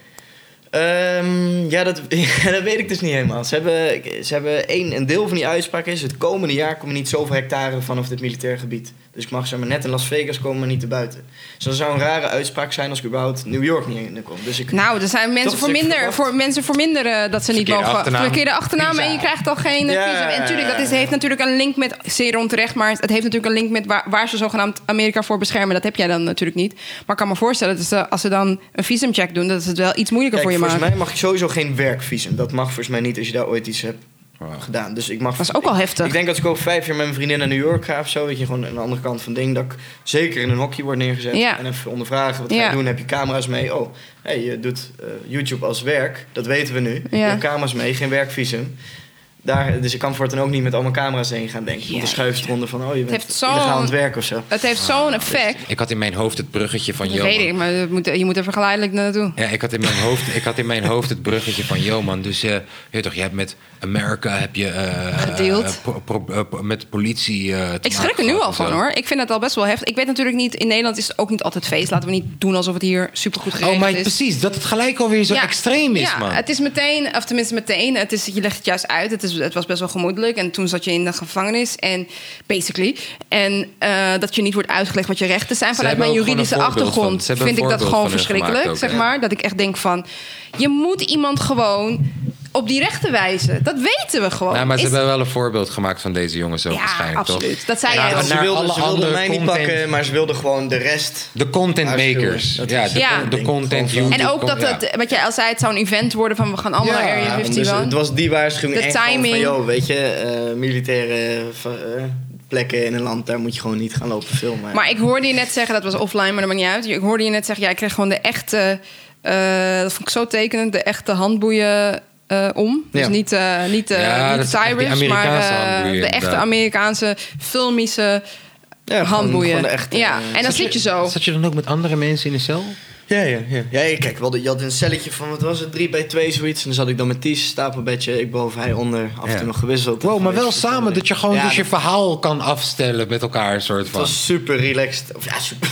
Um, ja, dat, ja, dat weet ik dus niet helemaal. Ze hebben, ze hebben één, een deel van die uitspraak is... het komende jaar komen niet zoveel hectare vanaf dit militair gebied. Dus ik mag zeg maar net in Las Vegas komen, maar niet erbuiten. Dus dat zou een rare uitspraak zijn als ik überhaupt New York niet in kom. Dus ik, Nou, er zijn mensen Toch, voor dus ik minder, verwacht- voor mensen voor minder eh, dat ze niet Verkeerde mogen. achternaam. Verkeerde achternaam Visa. en je krijgt al geen eh, Ja, visum. En natuurlijk, dat is, ja, ja. heeft natuurlijk een link met, zeer onterecht, maar het heeft natuurlijk een link met waar, waar ze zogenaamd Amerika voor beschermen. Dat heb jij dan natuurlijk niet. Maar ik kan me voorstellen dat ze, als ze dan een visumcheck doen, dat ze het wel iets moeilijker Kijk, voor je volgens maken. mij mag ik sowieso geen werkvisum. Dat mag volgens mij niet als je daar ooit iets hebt Wow. gedaan. Dus ik mag, Dat is ook wel heftig. Ik denk als ik over vijf jaar met mijn vriendin naar New York ga of zo, weet je, gewoon aan de andere kant van het ding, dat ik zeker in een hokje word neergezet. Ja. En even ondervragen, wat ga Ja. je doen? Heb je camera's mee? Oh, hey, je doet uh, YouTube als werk, dat weten we nu. Je Ja. hebt camera's mee, geen werkvisum. Daar, dus ik kan voortaan ook niet met allemaal camera's heen gaan denken. Want Ja. dan schuift het onder van, oh, je bent heeft zo'n- illegaal aan het werk of zo. Het heeft zo'n effect. Ik had in mijn hoofd het bruggetje van Dat Joman. weet ik, maar je moet, je moet er geleidelijk naartoe. Ja, ik had in mijn hoofd, ik had in mijn hoofd het bruggetje van Joman. Dus eh, je weet toch, je hebt met Amerika heb je eh, Gedeeld. eh, pro- pro- eh, met de politie. eh, te Ik schrik maken er nu gehad al en van zo. hoor. Ik vind het al best wel heftig. Ik weet natuurlijk niet, in Nederland is het ook niet altijd feest. Laten we niet doen alsof het hier supergoed geregeld Oh, maar is. precies, dat het gelijk alweer zo Ja, extreem is, ja, man. het is meteen, of tenminste meteen, het is, je legt het juist uit. Het, is, het was best wel gemoedelijk. En toen zat je in de gevangenis. En basically. En uh, dat je niet wordt uitgelegd wat je rechten zijn. Vanuit hebben mijn ook gewoon juridische een voorbeeld van- achtergrond ze hebben een vind ik dat voorbeeld gewoon van hun verschrikkelijk. gemaakt ook, zeg ja. maar. Dat ik echt denk van, je moet iemand gewoon op die rechten wijzen. Dat weten we gewoon. Nou, maar ze Is- hebben wel een voorbeeld gemaakt van deze jongens ook ja, waarschijnlijk, absoluut. toch? Dat zei Ja, jij maar ook. Ze naar wilden, alle ze wilden andere mij niet content- pakken, maar ze wilden gewoon de rest. De content Waarschuwen. makers. Dat Ja, is- de, Ja. de content En En ook dat ja. het, wat jij al zei, het zou een event worden van we gaan allemaal Ja, naar Area Ja, want vijftig. dus het was die waarschuwing De echt gewoon timing. van, joh, weet je, eh, militaire uh, plekken in een land, daar moet je gewoon niet gaan lopen filmen. Maar ik hoorde je net zeggen, dat was offline, maar dat maakt niet uit. Ik hoorde je net zeggen, jij kreeg gewoon de echte, uh, dat vond ik zo tekenend, de echte handboeien uh, om. Dus Ja. niet, uh, niet, uh, Ja, niet dat de is echt die Cyrus, maar Amerikaanse uh, handboeien, de echte inderdaad. Amerikaanse filmische ja, gewoon- handboeien. gewoon de echte, ja, eh, en dan zit je zo. Zat je dan ook met andere mensen in de cel? Ja, ja, ja. ja je- kijk, wel, je had een celletje van, wat was het, drie bij twee zoiets. En dan zat ik dan met Ties, stapelbedje, ik boven, hij onder, af en Ja. toe nog gewisseld. Wow, maar wel Geweest, dus samen, dan- dat je gewoon Ja, dus je dat- verhaal kan afstellen met elkaar, een soort Het van. was super relaxed. Of ja, super.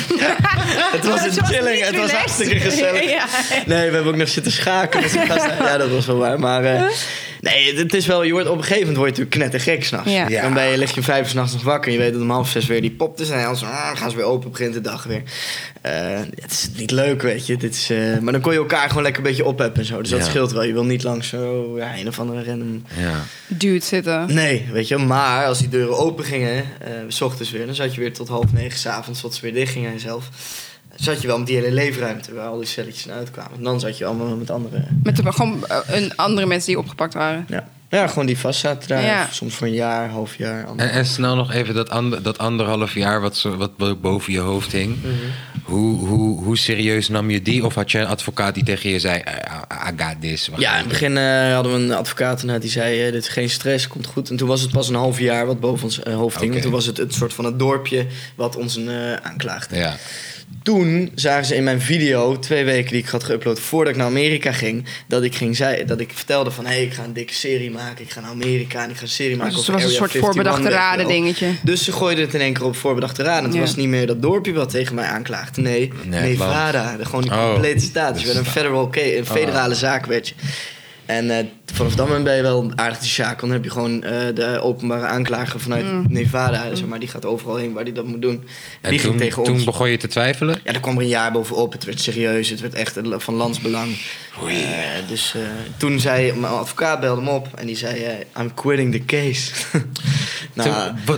Het was Oh, een het was chilling, niet het was relaxed. hartstikke gezellig. Ja. Nee, we hebben ook nog zitten schaken. Dus ik ga- ja, dat was wel waar. Maar eh, nee, het is wel, je wordt op een gegeven moment word je natuurlijk knettergek s'nachts. Ja. Ja. Dan ben je, lig je om vijf uur s'nachts nog wakker. En je weet dat om half zes weer die pop is. En dan ah, gaan ze weer open, begint de dag weer. Eh, het is niet leuk, weet je. Dit is, eh, maar dan kon je elkaar gewoon lekker een beetje opheppen en zo. Dus dat Ja. scheelt wel. Je wil niet langs zo ja, een of andere random... Ja. Dude zitten. Nee, weet je. Maar als die deuren open gingen, eh, s ochtends weer... dan zat je weer tot half negen 's avonds, tot ze weer dicht gingen zelf. Zat je wel met die hele leefruimte waar al die celletjes naar uitkwamen. En dan zat je allemaal met andere... Met de, gewoon uh, een andere mensen die opgepakt waren. Ja, ja gewoon die vast zaten daar. Ja. Soms voor een jaar, half jaar. En, ander- en snel nog even dat, ander, dat anderhalf jaar wat, zo, wat bo- boven je hoofd hing. Mhm. Hoe, hoe, hoe serieus nam je die? Of had je een advocaat die tegen je zei, I, I got this. we Ja, gaan in het begin eh, hadden we een advocaat en die zei, eh, dit is geen stress, komt goed. En toen was het pas een half jaar wat boven ons eh, hoofd hing. Oké. En toen was het het soort van het dorpje wat ons eh, aanklaagde. Ja. Toen zagen ze in mijn video, twee weken die ik had geüpload voordat ik naar Amerika ging, dat ik, ging zei, dat ik vertelde van, hé, hey, ik ga een dikke serie maken. Ik ga naar Amerika en ik ga een serie maken Dus het over was een Area soort voorbedachte eenenvijftig, raden weet je wel. dingetje. Dus ze gooiden het in één keer op voorbedachte raden. En toen Ja. was het niet meer dat dorpje wat tegen mij aanklaagde. Nee, Nee, Nevada. De, gewoon die Oh. complete staat. Dus je werd een, federal ca- een federale zaak, weet je. En uh, vanaf dat moment ben je wel aardig de sjaak. Dan heb je gewoon uh, de openbare aanklager vanuit Mm. Nevada. Zeg maar, die gaat overal heen waar die dat moet doen. En, En die ging toen, tegen toen ons. begon je te twijfelen? Ja, er kwam er een jaar bovenop. Het werd serieus. Het werd echt van landsbelang. Uh, dus uh, toen zei mijn advocaat belde hem op. En die zei, uh, I'm quitting the case. nou, Toen- wat,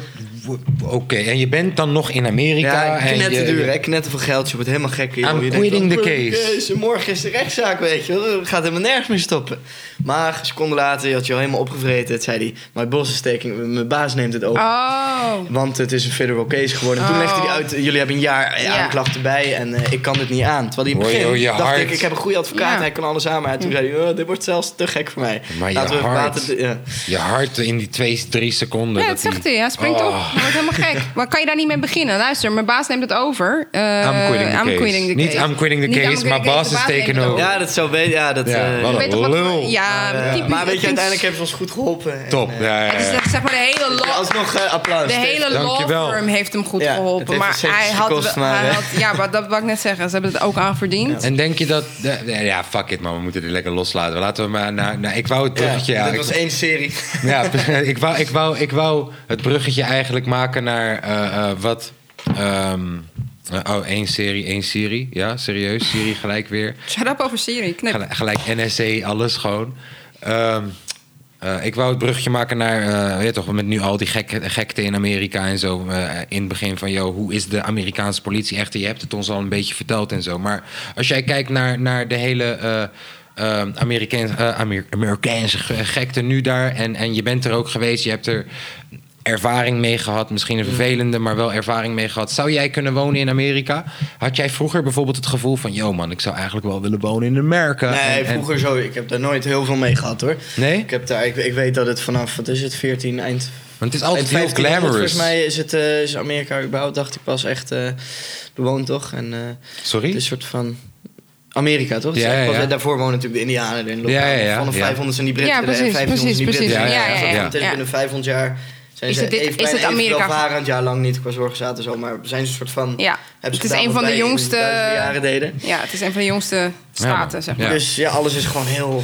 Oké, okay. En je bent dan nog in Amerika. Ja, knetter en je, duur, hè? Knetter van geld. Je wordt helemaal gek. I'm je quitting denkt, the case. case. Morgen is de rechtszaak, weet je wel. Dat gaat helemaal nergens meer stoppen. Maar een seconde later, je had je al helemaal opgevreten. Het zei hij, my boss is taking... Mijn baas neemt het over. Oh. Want het is een federal case geworden. En toen Oh. legde hij uit, jullie hebben een jaar Ja. aanklachten bij. En uh, ik kan dit niet aan. Terwijl hij in het Hoor je- begin hoor je dacht hart. ik, ik heb een goede advocaat. Ja. Hij kan alles aan. Maar toen zei hij, oh, dit wordt zelfs te gek voor mij. Maar je Laten we even hart. water- ja. Je hart in die twee, drie seconden. Ja, dat dat zegt die- hij. Hij springt Oh. op. Hij wordt helemaal gek. Maar kan je daar niet mee beginnen? Luister, mijn baas neemt het over. Uh, I'm quitting the case. quitting the Niet case. I'm quitting the Niet case, I'm quitting my the boss case, is de baas taken neemt het over. Ja, dat zou weten. Ja, dat... Ja, uh, wat Je weet toch wat- lul. Ja, maar, uh, typisch- maar weet het je, is- uiteindelijk hebben ze ons goed geholpen. En, Top. uh, Ja, ja, Het is ja. zeg maar de hele ja, law, alsnog uh, applaus. de hele law Dankjewel. firm heeft hem goed Ja, het geholpen. heeft Maar een centjes hij had, gekost, maar, hij hè. had... Ja, maar dat wou ik net zeggen. Ze hebben het ook aan verdiend. En denk je dat... de- ja, fuck it man, we moeten dit lekker loslaten. Laten we maar naar... naar ik wou het bruggetje... Ja, Ja, dit ik- was één serie. Ja, ik wou, ik, wou, ik wou het bruggetje eigenlijk maken naar uh, uh, wat... Um, uh, oh, één serie, één serie. Ja, serieus, serie gelijk weer. Shut up over Siri. Knip. Gelijk, gelijk N S C, alles gewoon. Um, uh, ik wou het bruggetje maken naar... Uh, weet je toch, met nu al die gek, gekte in Amerika en zo. Uh, in het begin van, yo, hoe is de Amerikaanse politie echt? Je hebt het ons al een beetje verteld en zo. Maar als jij kijkt naar, naar de hele... Uh, Uh, Amerikaanse, uh, Amer- Amerikaanse gekte nu daar. En, en je bent er ook geweest. Je hebt er ervaring mee gehad. Misschien een vervelende, maar wel ervaring mee gehad. Zou jij kunnen wonen in Amerika? Had jij vroeger bijvoorbeeld het gevoel van... yo man, ik zou eigenlijk wel willen wonen in Amerika. Nee, En- en- vroeger zo. Ik heb daar nooit heel veel mee gehad, hoor. Nee? Ik, heb daar, ik, ik weet dat het vanaf, wat is het, veertien, eind... Want het is altijd eind heel vijftienhonderd, glamorous. Volgens mij is, het, uh, is Amerika überhaupt, dacht ik pas, echt uh, bewoond, toch? En, uh, Sorry? Het is een soort van... Amerika, toch? Ja, ja, ja. Want daarvoor wonen natuurlijk de Indianen erin. Ja, ja, ja. Van de Ja. vijfhonderd zijn die Britten, Ja, de precies, vijftienhonderd zijn die precies, Britten. precies. Ja, ja, ja, ja. Het is Ja. binnen vijfhonderd jaar zijn Is ze het dit- even is klein, het even Amerika- welvarend. Ja, lang niet qua zorgzaten zo, maar zijn ze een soort van... Ja, hebben het ze is gedaan een wat van de wij in jongste... duizenden jaren deden. Ja, het is een van de jongste staten, man. zeg maar. Ja. Dus ja, alles is gewoon heel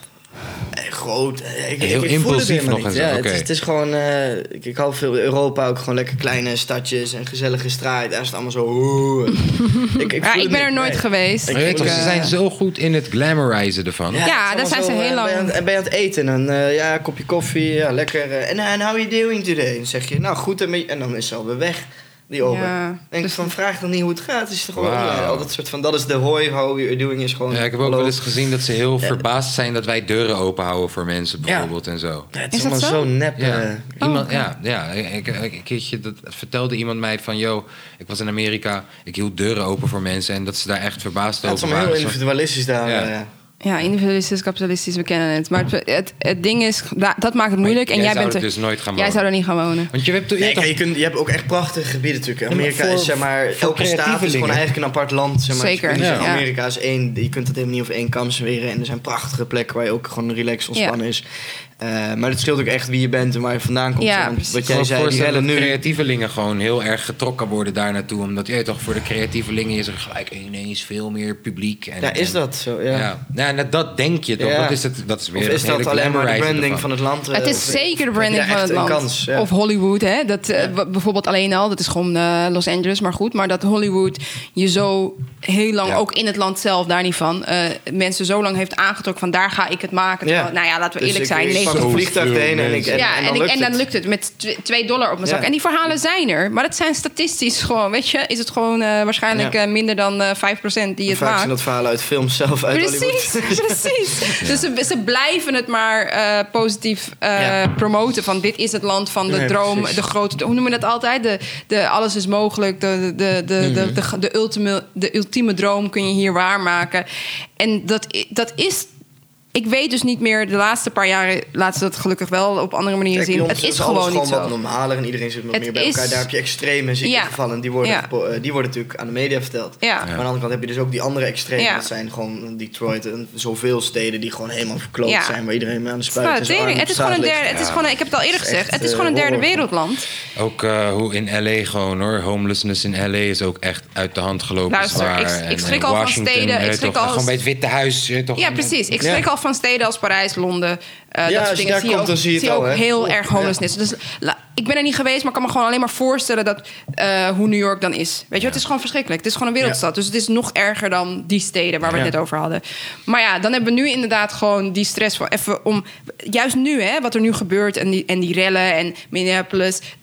eh, groot. Eh, Ik, Heel ik, ik voel het impulsief helemaal nog niet. en zo, Ja, oké. het, is, het is gewoon... eh, ik, ik hou veel Europa ook gewoon lekker kleine stadjes en gezellige straat. Daar is het allemaal zo... oeh. ik, ik, Ja, voel ik het ben er niet, nooit nee. geweest. Maar je weet Ik, toch, ze eh, zijn zo goed in het glamorizen ervan. Ja, het is daar allemaal zijn ze zo, heel eh, lang. Ben je aan, en ben je aan het eten en uh, ja, een kopje koffie, ja, lekker. En uh, and how are you doing today? En dan zeg je, nou goed, en, en dan is ze alweer weg, die ober. Ja, Denk dus- ik van, vraag dan niet hoe het gaat. Het is toch gewoon, Wauw. ja, al dat soort van, dat is de hoi, how you're doing is gewoon... Ja, ik heb ook hallo. wel eens gezien dat ze heel Ja. verbaasd zijn... dat wij deuren open houden voor mensen bijvoorbeeld en zo. Ja, het Is is, dat allemaal zo? zo nep. Ja, eh. iemand, oké. ja, ja ik, ik, een keertje dat vertelde iemand mij van... yo, ik was in Amerika, ik hield deuren open voor mensen... en dat ze daar echt verbaasd Ja, het is over allemaal heel waren. Zo- individualistisch daar. Ja. eh. Ja, individualistisch, kapitalistisch, we kennen het. Maar het, het, het ding is, da- dat maakt het moeilijk. En jij jij, zou bent er er, dus nooit gaan jij wonen. zou er niet gaan wonen. Want je hebt, je Nee, hebt toch- kijk, je, kunt, je hebt ook echt prachtige gebieden natuurlijk. Amerika voor- is zeg maar, voor elke staat is gewoon creatievelingen. eigenlijk een apart land. Zeg maar. Zeker, Dus je kunt niet ja. zeggen, Amerika is één, je kunt het helemaal niet over één kam zweren. En er zijn prachtige plekken waar je ook gewoon relaxed ontspannen is. Uh, maar het scheelt ook echt wie je bent en waar je vandaan komt. Ja, Want precies. wat Ik jij kan me zei, die voorstellen rellen dat nu... creatievelingen gewoon heel erg getrokken worden daar naartoe. Omdat je weet toch, voor de creatievelingen is er gelijk ineens veel meer publiek. En, Ja, is en- dat zo? Ja. Ja, ja en dat denk je toch? Ja. Dat is, het, dat is weer Of het is dat hele alleen maar de glamorizing branding ervan. van het land? uh, Het is of- zeker de of heb branding je van daar het echt land. een kans? Ja. Of Hollywood, hè? Dat, eh, Ja. b- bijvoorbeeld alleen al, dat is gewoon eh, Los Angeles, maar goed. Maar dat Hollywood je zo heel lang, Ja. ook in het land zelf, daar niet van, eh, mensen zo lang heeft aangetrokken van daar ga ik het maken. Ja. Terwijl, nou ja, laten we Dus eerlijk ik- zijn. ik negentig pak een Zo vliegtuig veel heen en, ik, mensen. en, ja, en, en, dan ik- lukt en dan het. lukt het met tw- twee dollar op mijn Ja. zak. En die verhalen zijn er, maar dat zijn statistisch gewoon, weet je, is het gewoon eh, waarschijnlijk Ja. eh, minder dan eh, vijf procent die het Vaak maakt. zijn dat verhalen uit films zelf, uit Precies, Hollywood. precies. Dus ze, ze blijven het maar eh, positief eh, Ja. promoten. Van dit is het land van de Nee, droom, precies. de grote... Hoe noemen we dat altijd? De, de, alles is mogelijk. De, de, de, Mhm. de, de, de, ultieme, de ultieme droom kun je hier waarmaken. En dat, i- dat is... Ik weet dus niet meer, de laatste paar jaren laten ze dat gelukkig wel op andere manieren Kijk, zien. bij ons Het is alles gewoon niet wat zo. normaler en iedereen zit wat Het meer bij is- elkaar. Daar heb je extreme Ja. gevallen en die worden, Ja. gepo- eh, die worden natuurlijk aan de media verteld. Ja. Maar aan de andere kant heb je dus ook die andere extreme. Ja. Dat zijn gewoon Detroit en zoveel steden die gewoon helemaal verkloot Ja. zijn. Waar iedereen mee aan de Het is, spuit gewoon en een zijn arm tering. op Het is gewoon een straat derde. ligt. Het is gewoon, ik heb het al eerder Het is gezegd. echt, Het is gewoon een eh, derde horror. wereldland. Ook uh, hoe in L A gewoon hoor. Homelessness in L A is ook echt uit de hand gelopen. Luister, zwaar. ik- ik En, schrik eh, al van Washington, steden, ik eh, schrik toch, al- Gewoon bij het Witte Huis. eh, Toch, Ja, precies. Ik schrik Ja. al van steden als Parijs, Londen. Uh, Ja, dat als soort je dingen daar zie je komt, ook, dan zie je het zie al, hè? heel Ja. erg homelessness. Dus la, ik ben er niet geweest, maar ik kan me gewoon alleen maar voorstellen dat, uh, hoe New York dan is. Weet je, het is gewoon verschrikkelijk. Het is gewoon een wereldstad. Dus het is nog erger dan die steden waar we het Ja. net over hadden. Maar ja, dan hebben we nu inderdaad gewoon die stress van even om... Juist nu, hè, wat er nu gebeurt en die, en die rellen en Minneapolis... Dat,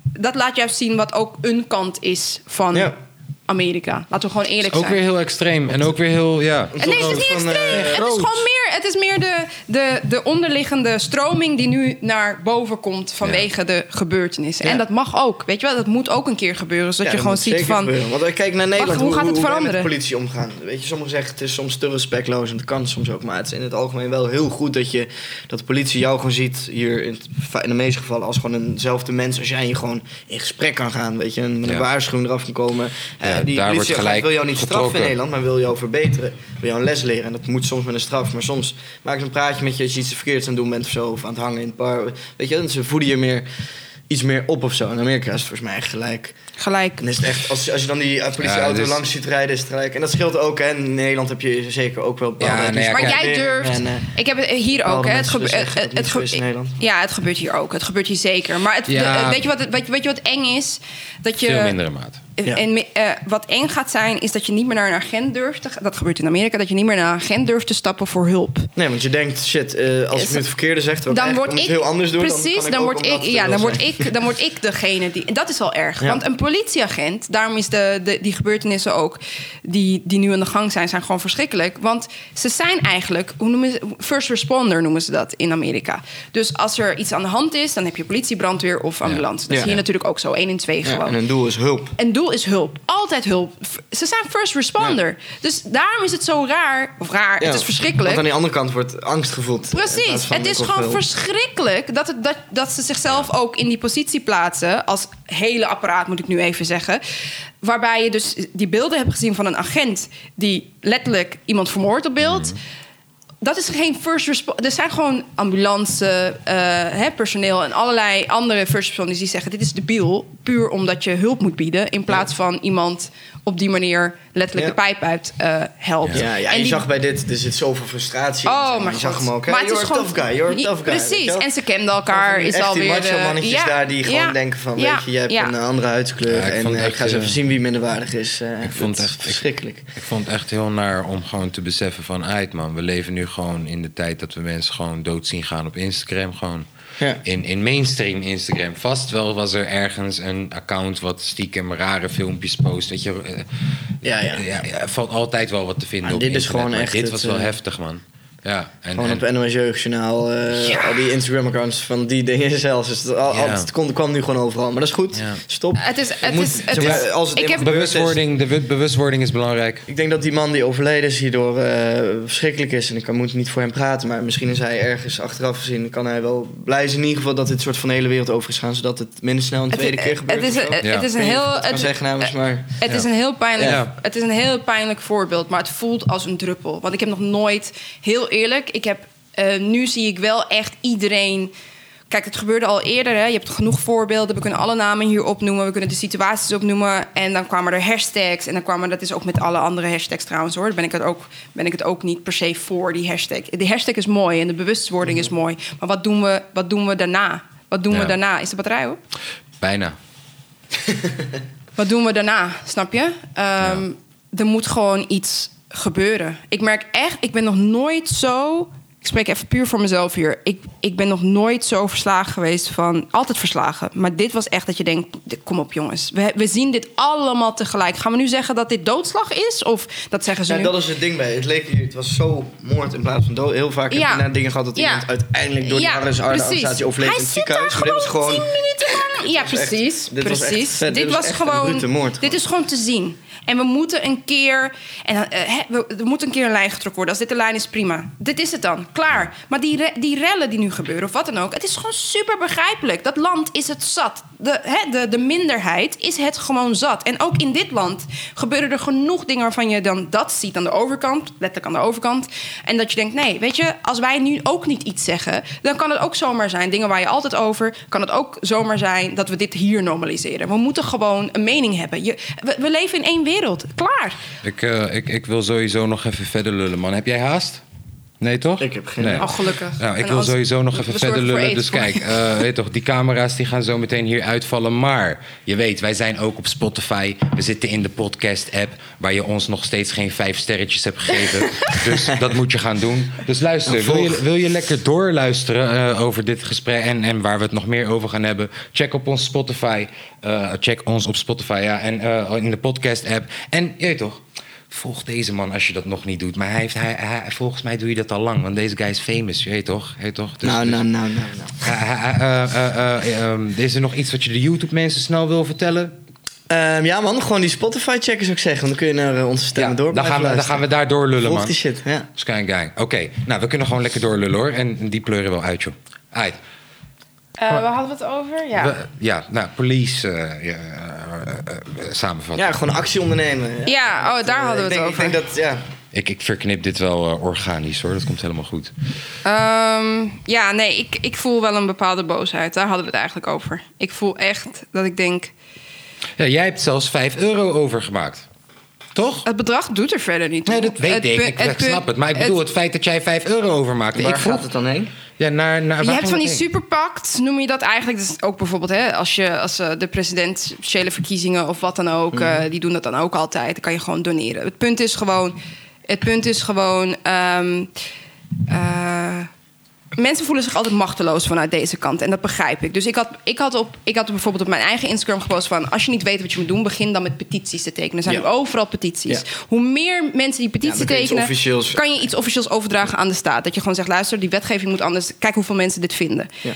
dat laat juist zien wat ook een kant is van Ja. Amerika. Laten we gewoon eerlijk Ook zijn. weer heel extreem. En ook weer heel, ja... Nee, het is niet Van, extreem. eh, het is groot. gewoon meer, het is meer de, de, de onderliggende stroming die nu naar boven komt vanwege de gebeurtenissen. Ja. En dat mag ook. Weet je wel, dat moet ook een keer gebeuren. Zodat Ja, je dat gewoon moet ziet zeker van. gebeuren. Want eh, kijk naar Nederland, hoe gaat het hoe wij veranderen? met de politie omgaan. Weet je, sommigen zeggen het is soms te respectloos en dat kan soms ook. Maar het is in het algemeen wel heel goed dat, je, dat de politie jou gewoon ziet, hier in, het, in de meeste gevallen, als gewoon eenzelfde mens als jij. En je gewoon in gesprek kan gaan, weet je, en met een Ja. waarschuwing eraf kan komen. Ja, Eh, die daar wordt politie gelijk wil jou niet straffen in getrokken. Nederland, maar wil jou verbeteren. Wil jou een les leren. En dat moet soms met een straf. Maar soms maken ze een praatje met je als je iets verkeerds aan het doen bent of zo. Of aan het hangen in het bar. Weet je, en ze voeden je meer, iets meer op of zo. In Amerika is het volgens mij echt gelijk. Gelijk. En is het echt, als, als je dan die uh, politieauto Ja, dus- langs ziet rijden, is het gelijk. En dat scheelt ook, hè. In Nederland heb je zeker ook wel bepaalde... Ja, nee, ja, Maar kijk, jij durft. En, eh, Ik heb het hier ook. bepaalde Hè. Het mensen gebe- zeggen dat het- het niet het zo is in ge- Nederland. Ja, het gebeurt hier ook. Het gebeurt hier zeker. Maar het, Ja. de- weet, je wat, het- weet, je, weet je wat eng is? Dat je. Veel mindere maat. Ja. En eh, wat eng gaat zijn, is dat je niet meer naar een agent durft te gaan. Dat gebeurt in Amerika, dat je niet meer naar een agent durft te stappen voor hulp. Nee, want je denkt, shit, eh, als ik nu het verkeerde zeg, terwijl Dan ik word eigenlijk ik moet heel anders doen. precies, dan, kan dan, ik word ook ik, omdat ja, het dan wil word zijn. ik, dan word ik degene die. En dat is al erg, Ja. want een politieagent, daarom is de, de die gebeurtenissen ook die, die nu aan de gang zijn, zijn gewoon verschrikkelijk. Want ze zijn eigenlijk, hoe noemen ze, first responder noemen ze dat in Amerika. Dus als er iets aan de hand is, dan heb je politie, brandweer of ambulance. Dat is Ja. hier natuurlijk ook zo, één en twee Ja, gewoon. en hun doel is hulp. En doel is hulp. Altijd hulp. Ze zijn first responder. Dus daarom is het zo raar. Of raar, Ja, het is verschrikkelijk. Want aan die andere kant wordt angst gevoeld. in plaats Precies. van Het is ook gewoon hulp. verschrikkelijk dat, het, dat, dat ze zichzelf ook in die positie plaatsen. Als hele apparaat, moet ik nu even zeggen. Waarbij je dus die beelden hebt gezien van een agent die letterlijk iemand vermoordt op beeld. Dat is geen first responder. Er zijn gewoon ambulance, eh, hè, personeel en allerlei andere first responders die zeggen: dit is debiel, puur omdat je hulp moet bieden, in plaats van iemand op die manier letterlijk Ja. de pijp uit eh, helpt. Ja, ja, En je die- zag bij dit, er zit zoveel frustratie in. Oh, je maar zag God. hem ook, hè, Maar het you're is a gewoon- tough guy, you're a Ja, tough guy. weet precies, je wel? en ze kenden elkaar, Van die- is echt alweer... die macho eh, mannetjes ja, daar die gewoon ja, denken van, ja, weet je, je hebt ja. een andere huidskleur Ja, ik en vond eh, ik echt, ga eens eh, even zien wie minderwaardig is. Eh, Ik vond dat echt- is verschrikkelijk. Ik vond het echt heel naar om gewoon te beseffen van... Ait man, we leven nu gewoon in de tijd dat we mensen gewoon dood zien gaan op Instagram. Gewoon Ja. in, in mainstream Instagram. Vast wel was er ergens een account wat stiekem rare filmpjes post. Weet je, eh, Ja, ja. ja, ja, er valt altijd wel wat te vinden Maar op dit is internet, gewoon maar echt dit het, was wel eh, heftig, man. Ja, en, Gewoon en- op N O S Jeugdjournaal, eh Ja. al die Instagram-accounts van die dingen zelfs. Dus het, al, Ja. al- het kon- kwam nu gewoon overal. Maar dat is goed. Ja. Stop. Het is... Het moet- is, het zeg maar, is als het ik eenmaal heb, gebeurd is- bewustwording, de wu- bewustwording is belangrijk. Ik denk dat die man die overleden is hierdoor eh, verschrikkelijk is. En ik kan, moet niet voor hem praten. Maar misschien is hij ergens achteraf gezien... kan hij wel blij zijn in ieder geval dat dit soort van de hele wereld over is gaan. Zodat het minder snel een het, tweede keer gebeurt. het is, of zo. het, Ja. het is een Ik weet niet of heel... ik het kan Het, zeggen namens, maar... het is Ja. een heel pijnlijk, Ja. het is een heel pijnlijk voorbeeld, maar het voelt als een druppel. Want ik heb nog nooit, heel eerlijk, ik heb, eh, nu zie ik wel echt iedereen. Kijk, het gebeurde al eerder. Hè? Je hebt genoeg voorbeelden. We kunnen alle namen hier opnoemen. We kunnen de situaties opnoemen. En dan kwamen er hashtags. En dan kwamen, dat is ook met alle andere hashtags trouwens hoor. Daar ben ik het ook, ben ik het ook niet per se voor, die hashtag. Die hashtag is mooi en de bewustwording is mooi. Maar wat doen we, wat doen we daarna? Wat doen Ja. we daarna? Is de batterij op? Bijna. Wat doen we daarna, snap je? Ehm, Er moet gewoon iets gebeuren. Ik merk echt, ik ben nog nooit zo... Ik spreek even puur voor mezelf hier. Ik, ik ben nog nooit zo verslagen geweest van... Altijd verslagen. Maar dit was echt dat je denkt... Kom op jongens, we, we zien dit allemaal tegelijk. Gaan we nu zeggen dat dit doodslag is? Of dat zeggen ze Ja, nu? dat is het ding bij. Het leek hier, het was zo moord in plaats van dood. Heel vaak heb Ja. je naar dingen gehad dat Ja. iemand uiteindelijk door die Ja, arrestatieorganisatie precies. overleed in Hij het zit daar ziekenhuis. Maar dit was gewoon gewoon... tien minuten lang. Ja, was echt- precies. dit was echt precies. vet. Dit Dit was was echt een gewoon. brute moord Dit gewoon. is gewoon te zien. En we moeten een keer. En dan, eh, hè, we, er moet een keer een lijn getrokken worden. Als dit de lijn is, prima. Dit is het dan. Klaar. Maar die, re- die rellen die nu gebeuren, of wat dan ook. Het is gewoon super begrijpelijk. Dat land is het zat. De, hè, de, de minderheid is het gewoon zat. En ook in dit land gebeuren er genoeg dingen waarvan je dan dat ziet aan de overkant. Letterlijk aan de overkant. En dat je denkt, nee, weet je, als wij nu ook niet iets zeggen, dan kan het ook zomaar zijn. Dingen waar je altijd over. Kan het ook zomaar zijn dat we dit hier normaliseren. We moeten gewoon een mening hebben. Je, we, we leven in één wereld. Klaar. Ik, eh, ik, ik wil sowieso nog even verder lullen, man. Heb jij haast? Nee, toch? Ik heb geen nee. idee. Oh, gelukkig. Nou, ik En wil als- sowieso nog we even zorgen verder voor lullen. eten Dus voor kijk, uh, weet toch, die camera's die gaan zo meteen hier uitvallen. Maar je weet, wij zijn ook op Spotify. We zitten in de podcast-app, waar je ons nog steeds geen vijf sterretjes hebt gegeven. Dus dat moet je gaan doen. Dus luister, wil je, wil je lekker doorluisteren uh, over dit gesprek en, en waar we het nog meer over gaan hebben? Check op ons Spotify. Uh, check ons op Spotify, ja. En uh, in de podcast-app. En je weet toch, volg deze man als je dat nog niet doet. Maar hij heeft, hij, hij, volgens mij doe je dat al lang. Want deze guy is famous, je weet toch? Je weet toch? Dus, nou, dus, nou, nou, nou, nou. Uh, uh, uh, uh, uh, um, is er nog iets wat je de YouTube-mensen snel wil vertellen? Um, ja man, gewoon die Spotify checken zou ik zeggen. Dan kun je naar uh, onze stemmen Ja, door dan gaan, we, dan gaan we daar doorlullen, Volg man. die shit, ja. Sky Gang. Oké, okay. Nou, we kunnen gewoon lekker doorlullen, hoor. En die pleuren wel uit, joh. Uit. Uh, waar hadden we het over? Ja. We, ja, nou, police uh, ja, uh, uh, uh, samenvatten. Ja, gewoon actie ondernemen. Ja, Ja, oh, daar hadden we ik het denk, over. Ik denk dat, ja... Ik, ik verknip dit wel uh, organisch, hoor. Dat komt helemaal goed. Um, ja, nee, ik, ik voel wel een bepaalde boosheid. Daar hadden we het eigenlijk over. Ik voel echt dat ik denk... Ja, jij hebt zelfs vijf euro overgemaakt. Toch? Het bedrag doet er verder niet toe. Nee, dat weet Het ik. pu- Ik, het ik pu- snap het. Maar ik bedoel, het, het feit dat jij vijf euro overmaakt. Waar Ik vroeg, gaat het dan heen? ja, naar, naar, Je waar hebt ging van die dat heen? superpacts, noem je dat eigenlijk. Dat is ook bijvoorbeeld hè, als, je, als uh, de presidentiële verkiezingen of wat dan ook... Mhm. Uh, die doen dat dan ook altijd. Dan kan je gewoon doneren. Het punt is gewoon... Het punt is gewoon... Um, uh, mensen voelen zich altijd machteloos vanuit deze kant. En dat begrijp ik. Dus ik had, ik had, op, ik had bijvoorbeeld op mijn eigen Instagram gepost van... als je niet weet wat je moet doen, begin dan met petities te tekenen. Er zijn Ja. nu overal petities. Ja. Hoe meer mensen die petitie Ja, dan kun je iets tekenen... officieels- kan je iets officieels overdragen aan de staat. Dat je gewoon zegt, luister, die wetgeving moet anders. Kijk hoeveel mensen dit vinden. Ja.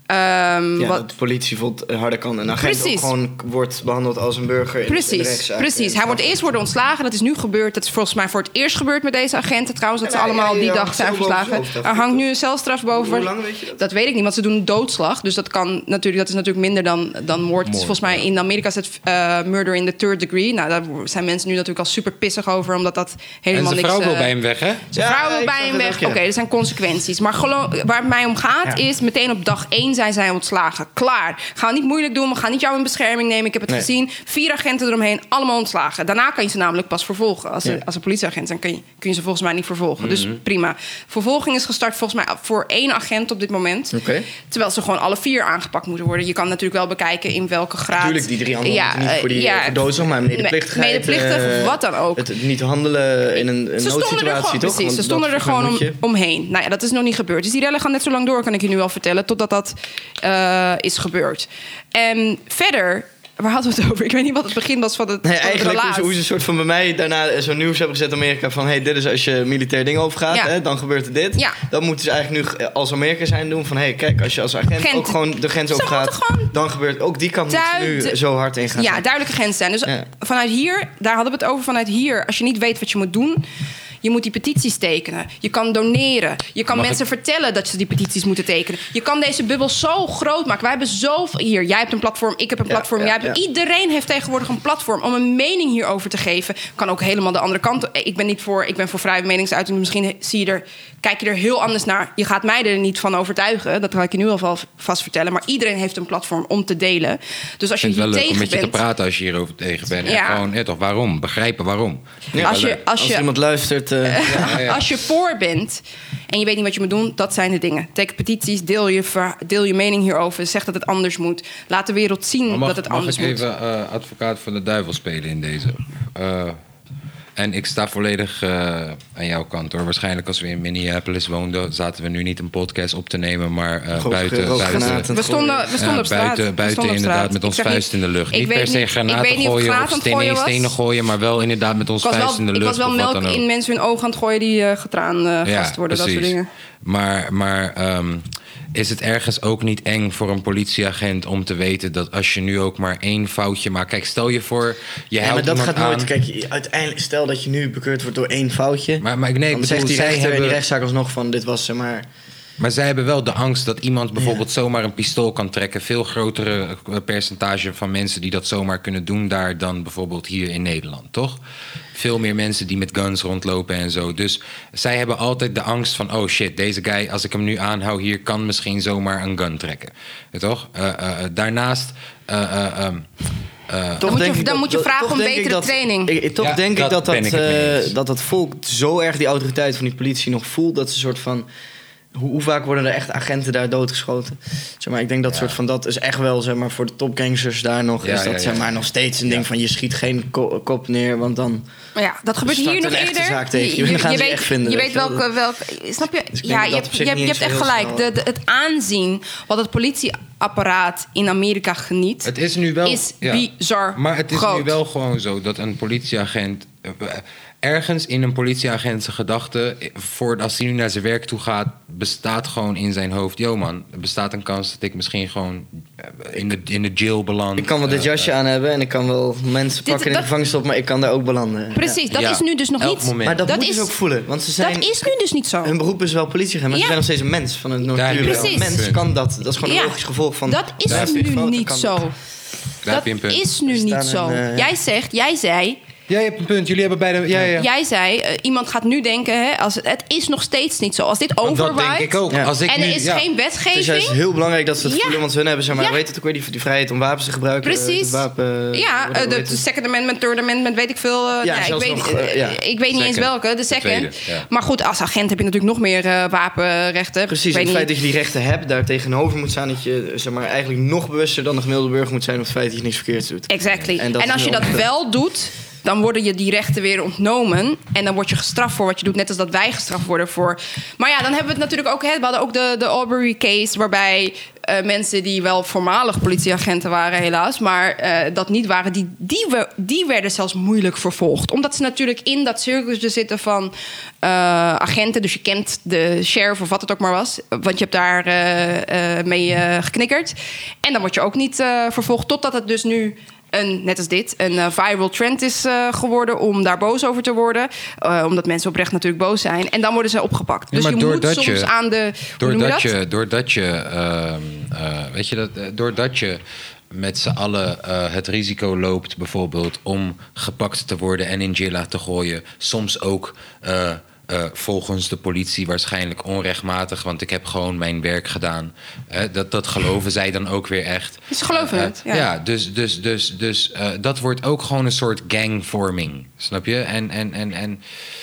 Um, Ja, wat, dat de politie bijvoorbeeld harder kan. Een agent Precies. ook gewoon wordt behandeld als een burger in, in de Precies, rechtszaak. precies. Hij wordt eerst worden ontslagen. Dat is nu gebeurd. Dat is volgens mij voor het eerst gebeurd met deze agenten. Trouwens, dat Ja, ze maar allemaal hij- die hij dag hangt zijn zelf boven verslagen. zijn hoofd, Er hangt nu een celstraf boven. Hoe lang weet je dat? Dat weet ik niet, want ze doen doodslag. Dus dat, kan natuurlijk, dat is natuurlijk minder dan, dan moord. Het is volgens mij in Amerika is het uh, murder in the third degree. Nou, daar zijn mensen nu natuurlijk al super pissig over. Omdat dat helemaal En zijn niks... vrouw wil uh, bij hem weg, hè? Zijn Ja, vrouw wil ik bij zag hem het weg. ook, ja. Oké, er zijn consequenties. Maar gelo- waar het mij om gaat Ja. is... meteen op dag één zijn zij ontslagen. Klaar. Gaan we niet moeilijk doen. We gaan niet jou in bescherming nemen. Ik heb het Nee. gezien. Vier agenten eromheen. Allemaal ontslagen. Daarna kan je ze namelijk pas vervolgen. Als ze, Ja. als ze politieagent zijn, kun je, kun je ze volgens mij niet vervolgen. Dus prima. Vervolging is gestart volgens mij voor één agent op dit moment. Oké. Terwijl ze gewoon alle vier aangepakt moeten worden. Je kan natuurlijk wel bekijken in welke graad... Natuurlijk, die drie anderen moeten niet voor die ja, ja, doodslag, maar medeplichtigheid. medeplichtig, eh, wat dan ook. Het niet handelen in een, een Ze stonden er noodsituatie, gewoon, toch? precies, Want ze stonden dat er gewoon om, moet je. omheen. Nou ja, dat is nog niet gebeurd. Dus die rellen gaan net zo lang door, kan ik je nu al vertellen... totdat dat uh, is gebeurd. En verder... Waar hadden we het over? Ik weet niet wat het begin was van het, Nee, van het eigenlijk hoe relaas. ze, hoe ze een soort van bij mij daarna zo'n nieuws hebben gezet in Amerika van... hey, dit is als je militair dingen overgaat, Ja. hè, dan gebeurt er dit. Ja. Dan moeten ze eigenlijk nu als Amerika zijn doen van... hey, kijk, als je als agent Gent. ook gewoon de grens Ze overgaat... moeten gewoon dan gebeurt ook die kant moeten ze nu duid- zo hard in gaan. Ja, zetten. duidelijke grens zijn. Dus Ja. vanuit hier, daar hadden we het over, vanuit hier... als je niet weet wat je moet doen... Je moet die petities tekenen. Je kan doneren. Je kan Mag mensen ik- vertellen dat ze die petities moeten tekenen. Je kan deze bubbel zo groot maken. Wij hebben zoveel... Hier, jij hebt een platform, ik heb een Ja, platform. ja, jij hebt... ja. Iedereen heeft tegenwoordig een platform om een mening hierover te geven. Kan ook helemaal de andere kant. Ik ben niet voor, ik ben voor vrije meningsuiting. Misschien zie je er, kijk je er heel anders naar. Je gaat mij er niet van overtuigen. Dat ga ik je nu al vast vertellen. Maar iedereen heeft een platform om te delen. Dus als je Ik vind het hier wel leuk om tegen met je te bent... praten als je hierover tegen bent. Ja. En gewoon, ja, toch, waarom? Begrijpen waarom. Ja, als je, leuk. als Als je, iemand luistert... eh, Ja, ja. Als je voor bent en je weet niet wat je moet doen, dat zijn de dingen. Teken petities, deel je, ver- deel je mening hierover. Zeg dat het anders moet. Laat de wereld zien Maar mag, dat het mag anders ik moet. even uh, advocaat van de duivel spelen in deze? Uh, en ik sta volledig uh, aan jouw kant, hoor. Waarschijnlijk als we in Minneapolis woonden... zaten we nu niet een podcast op te nemen... maar uh, Rook- buiten, rookgranaten. buiten, We stonden, we stonden ja, op straat. buiten, We buiten stonden op inderdaad straat. met ons Ik zeg vuist niet- in de lucht. ik Niet weet per se niet- ik granaten weet niet of ik gooien granaten of aan het gooien stenen, was. stenen gooien... maar wel inderdaad met ons Ik was vuist in wel, de ik lucht. was wel of wat melk dan ook. in mensen hun ogen aan het gooien die uh, getraan uh, vast worden. Dat soort dingen. Maar, maar um, is het ergens ook niet eng voor een politieagent om te weten dat als je nu ook maar één foutje maakt... Kijk, stel je voor, je ja, helpt maar dat iemand gaat nooit... aan... Kijk, uiteindelijk, stel dat je nu bekeurd wordt door één foutje... Maar, maar nee, ik dan bedoel, zegt die zij rechter in die hebben, rechtszaak alsnog van... dit was zeg maar... maar zij hebben wel de angst dat iemand bijvoorbeeld zomaar een pistool kan trekken. Veel grotere eh, percentage van mensen die dat zomaar kunnen doen daar dan bijvoorbeeld hier in Nederland, toch? Veel meer mensen die met guns rondlopen en zo. Dus zij hebben altijd de angst van... oh shit, deze guy, als ik hem nu aanhoud hier... kan misschien zomaar een gun trekken. Ja, toch? Uh, uh, daarnaast... Uh, uh, um, Uh, Dan moet je- dan moet je vragen toch om denk ik betere dat- training. Ik, ik- toch Ja, denk dat ik dat dat, ben ik het mee eh, eens. dat dat volk zo erg die autoriteit van die politie nog voelt... dat ze een soort van... Hoe, hoe vaak worden er echt agenten daar doodgeschoten? Zeg maar, ik denk dat Ja. soort van dat is echt wel, zeg maar, voor de topgangsters daar nog... Ja, is dat ja, ja. zeg maar nog steeds een Ja. ding van... je schiet geen ko- kop neer, want dan... Maar ja, dat gebeurt start hier nog een echte eerder. zaak tegen je. Dan gaan ze je weet, echt vinden, je weet weet je wel. welke, welke... Snap je? Dus ik denk Ja, dat je dat hebt, op je zich hebt, je niet hebt echt eens heel gelijk. snel- De, de, het aanzien wat het politieapparaat in Amerika geniet... Het is nu wel... is ja. bizar Maar het is groot. nu wel gewoon zo dat een politieagent... eh, ergens in een politieagent zijn gedachten... voor als hij nu naar zijn werk toe gaat... bestaat gewoon in zijn hoofd... yo man, er bestaat een kans dat ik misschien gewoon... eh, in de, in de jail beland. Ik kan wel dit Eh, jasje aan hebben en ik kan wel mensen Dit- pakken in de dat- gevangenis stoppen... maar ik kan daar ook belanden. Precies, dat Ja. is nu dus nog Elk niet... moment. Maar dat, Dat moeten is- ze ook voelen, want ze zijn... Dat is nu dus niet zo. Hun beroep is wel politieagent, maar Ja. ze zijn nog steeds een mens van een Daar heb je natuur. wel Precies. Een mens kan dat. Dat is gewoon een Ja. logisch gevolg van... Dat is Daar heb je nu foto, niet kan zo. dat. Daar Dat heb je een punt. is nu Er niet staan zo. een, eh, Jij zegt, jij zei... Ja, je hebt een punt. Jullie hebben beide... Ja, ja. Jij zei, eh, iemand gaat nu denken... Hè, als het, het is nog steeds niet zo. Als dit Want dat overrides... denk ik ook. Ja. Als ik en nu, er is ja. geen Het is juist wetgeving... heel belangrijk dat ze het Ja. voelen, want hun hebben, zeg maar, Ja. weet het ook weer, die, die vrijheid om wapens te gebruiken. eh, Precies. het wapen, Ja, hoe eh, heet de, het? de Second Amendment, Third Amendment, weet ik veel. eh, Ja, nou, ik zelfs weet, nog, eh, eh, ja. ik weet niet eens Second. welke, de Second. tweede, ja. Maar goed, als agent heb je natuurlijk nog meer eh, wapenrechten. Precies, Ik weet het feit niet. dat je die rechten hebt, daar tegenover moet staan, dat je, zeg maar, eigenlijk nog bewuster dan de gemiddelde burger moet zijn op het feit dat je niks verkeerds doet. Exactly. En En, dat is als je wel- dat wel doet, dan worden je die rechten weer ontnomen. En dan word je gestraft voor wat je doet, net als dat wij gestraft worden voor. Maar ja, dan hebben we het natuurlijk ook. Hè, we hadden ook de, de Arbery case, waarbij uh, mensen die wel voormalig politieagenten waren, helaas, maar uh, dat niet waren, die, die, we, die werden zelfs moeilijk vervolgd. Omdat ze natuurlijk in dat circusje zitten van uh, agenten. Dus je kent de sheriff of wat het ook maar was. Want je hebt daar uh, uh, mee uh, geknikkerd. En dan word je ook niet uh, vervolgd, totdat het dus nu een, net als dit, een uh, viral trend is uh, geworden om daar boos over te worden. Uh, omdat mensen oprecht natuurlijk boos zijn. En dan worden ze opgepakt. Ja, dus je moet soms je, aan de... Hoe noem je doordat dat? je, doordat je, uh, uh, weet je dat, uh, doordat je met z'n allen uh, het risico loopt bijvoorbeeld om gepakt te worden en in jail te gooien, soms ook uh, Uh, volgens de politie waarschijnlijk onrechtmatig, want ik heb gewoon mijn werk gedaan. Uh, dat, dat geloven zij dan ook weer echt. Ze geloven uh, het, ja. Ja, dus, dus, dus, dus uh, dat wordt ook gewoon een soort gangvorming. Snap je? En, en, en, en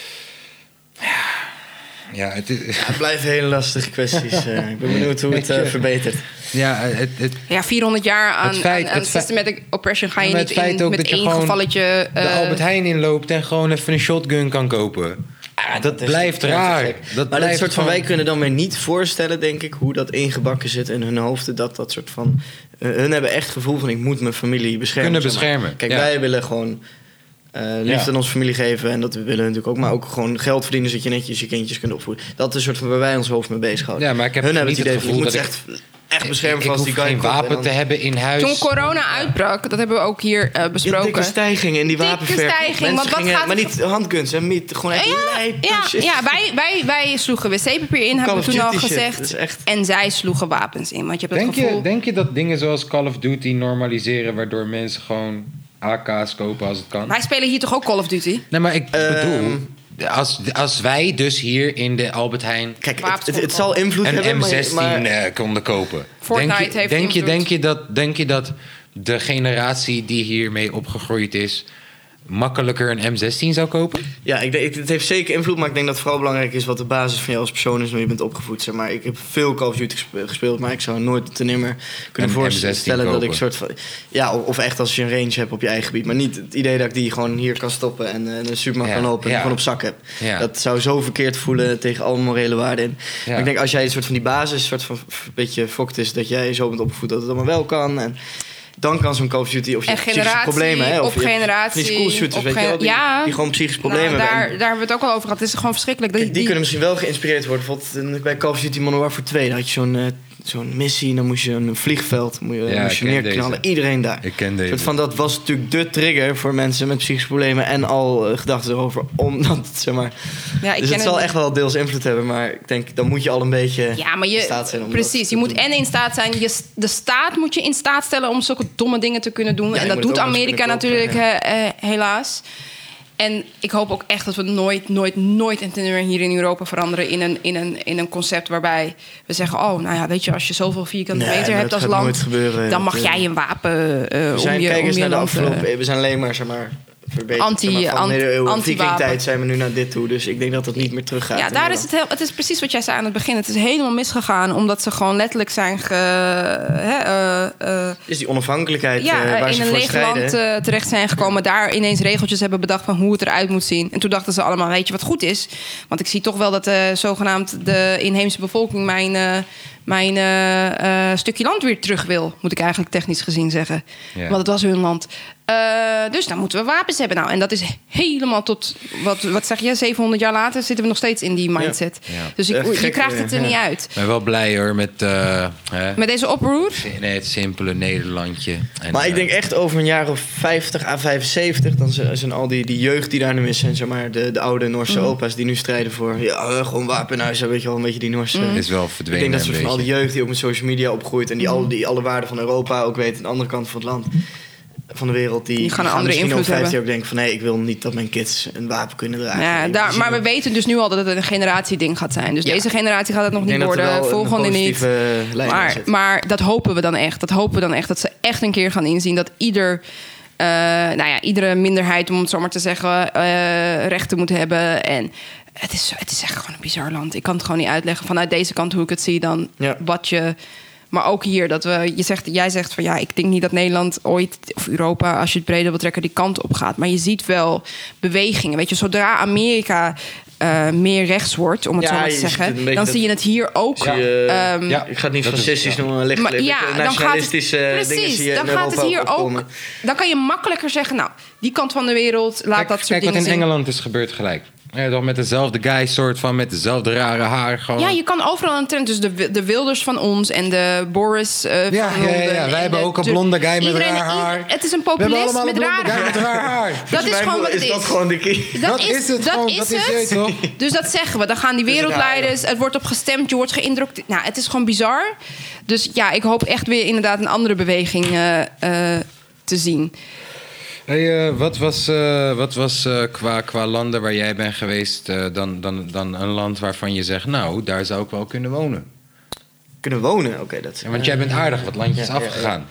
ja, het, is, Het blijven hele lastige kwesties. Uh, ik ben benieuwd hoe het uh, verbetert. Ja, het, het, ja, vierhonderd jaar aan, het feit, aan, aan het feit, systematic oppression ga je ja, niet het feit in ook met dat je één gewoon gevalletje. de Uh, Albert Heijn inloopt en gewoon even een shotgun kan kopen. Ah, dat, dat blijft raar. Dat maar blijft dat soort van, gewoon... wij kunnen dan weer niet voorstellen, denk ik, hoe dat ingebakken zit in hun hoofden. Dat dat soort van. Uh, hun hebben echt het gevoel van: ik moet mijn familie beschermen. Kunnen zeg maar. beschermen. Kijk, ja. wij willen gewoon uh, liefde Ja. aan onze familie geven. En dat willen we natuurlijk ook. Maar ook gewoon geld verdienen zodat je netjes je kindjes kunt opvoeden. Dat is een soort van waar wij ons hoofd mee bezighouden. Ja, maar ik heb hun hebben niet het het idee van: gevoel ik dat moet ik- echt, echt beschermen ik, voor ik als die hoef guy geen komt en wapen dan- te hebben in huis. toen corona uitbrak, dat hebben we ook hier uh, Ja, besproken. dikke stijging in die Dikke wapenverkoop. stijging, Mensen want wat gingen- gaat- Maar niet handguns, hè, niet, gewoon echt ja, lijp ja, shit. ja wij, wij, wij sloegen wc-papier in, hebben of we toen al Duty shit, gezegd. dat is echt- En zij sloegen wapens in. Want je hebt Denk het gevoel. je, denk je dat dingen zoals Call of Duty normaliseren, waardoor mensen gewoon A K's kopen als het kan? Wij spelen hier toch ook Call of Duty? Nee, maar ik Ehm. bedoel, als, als wij dus hier in de Albert Heijn Kijk, het, Wapens het, het zal invloed hebben, een maar- M zestien maar... eh, konden kopen. Fortnite denk je, heeft denk je, invloed. denk, je dat, denk je dat de generatie die hiermee opgegroeid is makkelijker een M zestien zou kopen? Ja, ik denk, het heeft zeker invloed, maar ik denk dat het vooral belangrijk is wat de basis van jou als persoon is, hoe je bent opgevoed. Zeg maar, ik heb veel Call of Duty gespe- gespeeld, maar ik zou nooit ten nimmer kunnen Een voorstellen M zestien dat kopen. ik soort van. Ja, of echt als je een range hebt op je eigen gebied, maar niet het idee dat ik die gewoon hier kan stoppen en uh, een supermarkt Ja, kan lopen en ja. gewoon op zak heb. Ja. Dat zou zo verkeerd voelen tegen alle morele waarden in. Ja. Maar ik denk als jij een soort van die basis, soort van een beetje fokt is, dat jij zo bent opgevoed dat het allemaal wel kan. En dan kan zo'n Call of Duty of je En hebt psychische generatie problemen, hè, of op je hebt generatie. van die schoolshooters, op weet je gen- wel, die, ja. die gewoon psychische Nou, problemen daar, hebben. En- daar hebben we het ook al over gehad. Het is gewoon verschrikkelijk. Die, Kijk, die, die- kunnen misschien wel geïnspireerd worden. Bijvoorbeeld eh, bij Call of Duty Modern Warfare twee. Dan had je zo'n uh, zo'n missie en dan moest je een vliegveld moet je, Ja, moest je ik ken neerknallen. deze. Iedereen daar. Ik ken Een deze. soort van, dat was natuurlijk de trigger voor mensen met psychische problemen en al uh, gedachten erover. Omdat, zeg maar. ja, ik Dus ken het zal het echt wel deels invloed hebben, maar ik denk dan moet je al een beetje Ja, maar in je, staat zijn om precies. dat te Je moet doen. en in staat zijn. Je, de staat moet je in staat stellen om zulke domme dingen te kunnen doen. Ja, en je dat moet doet het ook nog eens Amerika kunnen kopen, natuurlijk, eh, eh, helaas. En ik hoop ook echt dat we nooit, nooit, nooit en ten hier in Europa veranderen in een, in, een, in een concept waarbij we zeggen, oh, nou ja, weet je, als je zoveel vierkante Nee, meter maar hebt dat als gaat land, nooit gebeuren. dan mag Dat, jij een wapen uh, We zijn, om je, kijk om eens je naar de land, uh, afgelopen... We zijn alleen maar, zeg maar... verbeterd. Anti- Zeg maar, van an- middeleeuwen, anti-wapen. vikingtijd zijn we nu naar dit toe. Dus ik denk dat het niet meer teruggaat. Ja, in daar is Nederland. het, heel, het is precies wat jij zei aan het begin. Het is helemaal misgegaan omdat ze gewoon letterlijk zijn ge, hè, uh, uh, Is die onafhankelijkheid ja, uh, waar in ze een voor leeg strijden. land uh, terecht zijn gekomen. Daar ineens regeltjes hebben bedacht van hoe het eruit moet zien. En toen dachten ze allemaal, weet je wat goed is? Want ik zie toch wel dat uh, zogenaamd de inheemse bevolking mijn, uh, mijn uh, uh, stukje land weer terug wil. Moet ik eigenlijk technisch gezien zeggen. Ja. Want het was hun land. Uh, dus dan moeten we wapens hebben. Nou, en dat is helemaal tot, wat, wat zeg je, zevenhonderd jaar later zitten we nog steeds in die mindset. Ja. Ja. Dus ik, Echt je gek, krijgt het er ja. niet uit. Ik ben wel blij hoor met, uh, hè, Met deze oproer. nee, het simpele Nederlandje. En, Maar ik uh, denk echt over een jaar of vijftig à vijfenzeventig... dan zijn zijn al die, die jeugd die daar nu is... en zeg maar de, de oude Noorse Mm. opa's die nu strijden voor... ja, uh, gewoon wapenhuizen, weet je wel, een beetje die Noorse... Mm. is wel Ik verdwenen denk dat ze een van al die beetje. jeugd die ook met social media opgroeit... en die, al, die alle waarden van Europa ook weten... aan de andere kant van het land, van de wereld... die, Die gaan een andere misschien invloed over vijftien hebben. ook denken van... nee, ik wil niet dat mijn kids een wapen kunnen dragen. Ja, Ik daar, zie maar we ook- weten dus nu al dat het een generatieding gaat zijn. Dus Ja. deze generatie gaat het nog ik niet denk dat er worden, wel een volgende niet. positieve lijn in Maar, zit. maar dat hopen we dan echt. Dat hopen we dan echt. Dat ze echt een keer gaan inzien dat ieder, uh, nou ja, iedere minderheid, om het zo maar te zeggen, uh, rechten moet hebben. En het is, het is echt gewoon een bizar land. Ik kan het gewoon niet uitleggen vanuit deze kant hoe ik het zie dan Ja. wat je. Maar ook hier, dat we, je zegt, jij zegt van ja, ik denk niet dat Nederland ooit, of Europa, als je het breder wil trekken, die kant op gaat. Maar je ziet wel bewegingen. Weet je, zodra Amerika uh, meer rechts wordt, om het Ja, zo maar je te ziet het zeggen, een beetje dan dat- zie je het hier ook. Zie je, Ehm, ja. ik ga het niet dat is- fascistisch ja. noemen, licht, maar ja, dan gaat het, nationalistische dingen precies, zie je dan in gaat het Europa hier ook. opkomen. Dan kan je makkelijker zeggen, nou, die kant van de wereld, laat Kijk, dat soort kijk wat dingen in zien. Engeland is gebeurd gelijk. Ja, toch met dezelfde guy soort van, met dezelfde rare haar. Gewoon. Ja, je kan overal een trend. Dus de, de Wilders van ons en de Boris uh, Ja, van ja, ja, Londen. ja. Wij en hebben de- ook een de- blonde guy met iedereen- raar haar. ieder- Het is een We hebben populist allemaal met een raar blonde guy met haar. raar haar. Dat is gewoon wat het is. dat is. gewoon de key. Dat, Dat is, is het dat gewoon, is dat is het. het, toch? Dus dat zeggen we. Dan gaan die het wereldleiders, het wordt op gestemd, je wordt geïndrukt. Nou, het is gewoon bizar. Dus ja, ik hoop echt weer inderdaad een andere beweging uh, uh, te zien. Hey, uh, wat was, uh, wat was uh, qua, qua landen waar jij bent geweest uh, dan, dan, dan een land waarvan je zegt, nou, daar zou ik wel kunnen wonen? Kunnen wonen, oké. dat. Ja, want jij bent aardig wat landjes Ja, ja, ja. afgegaan.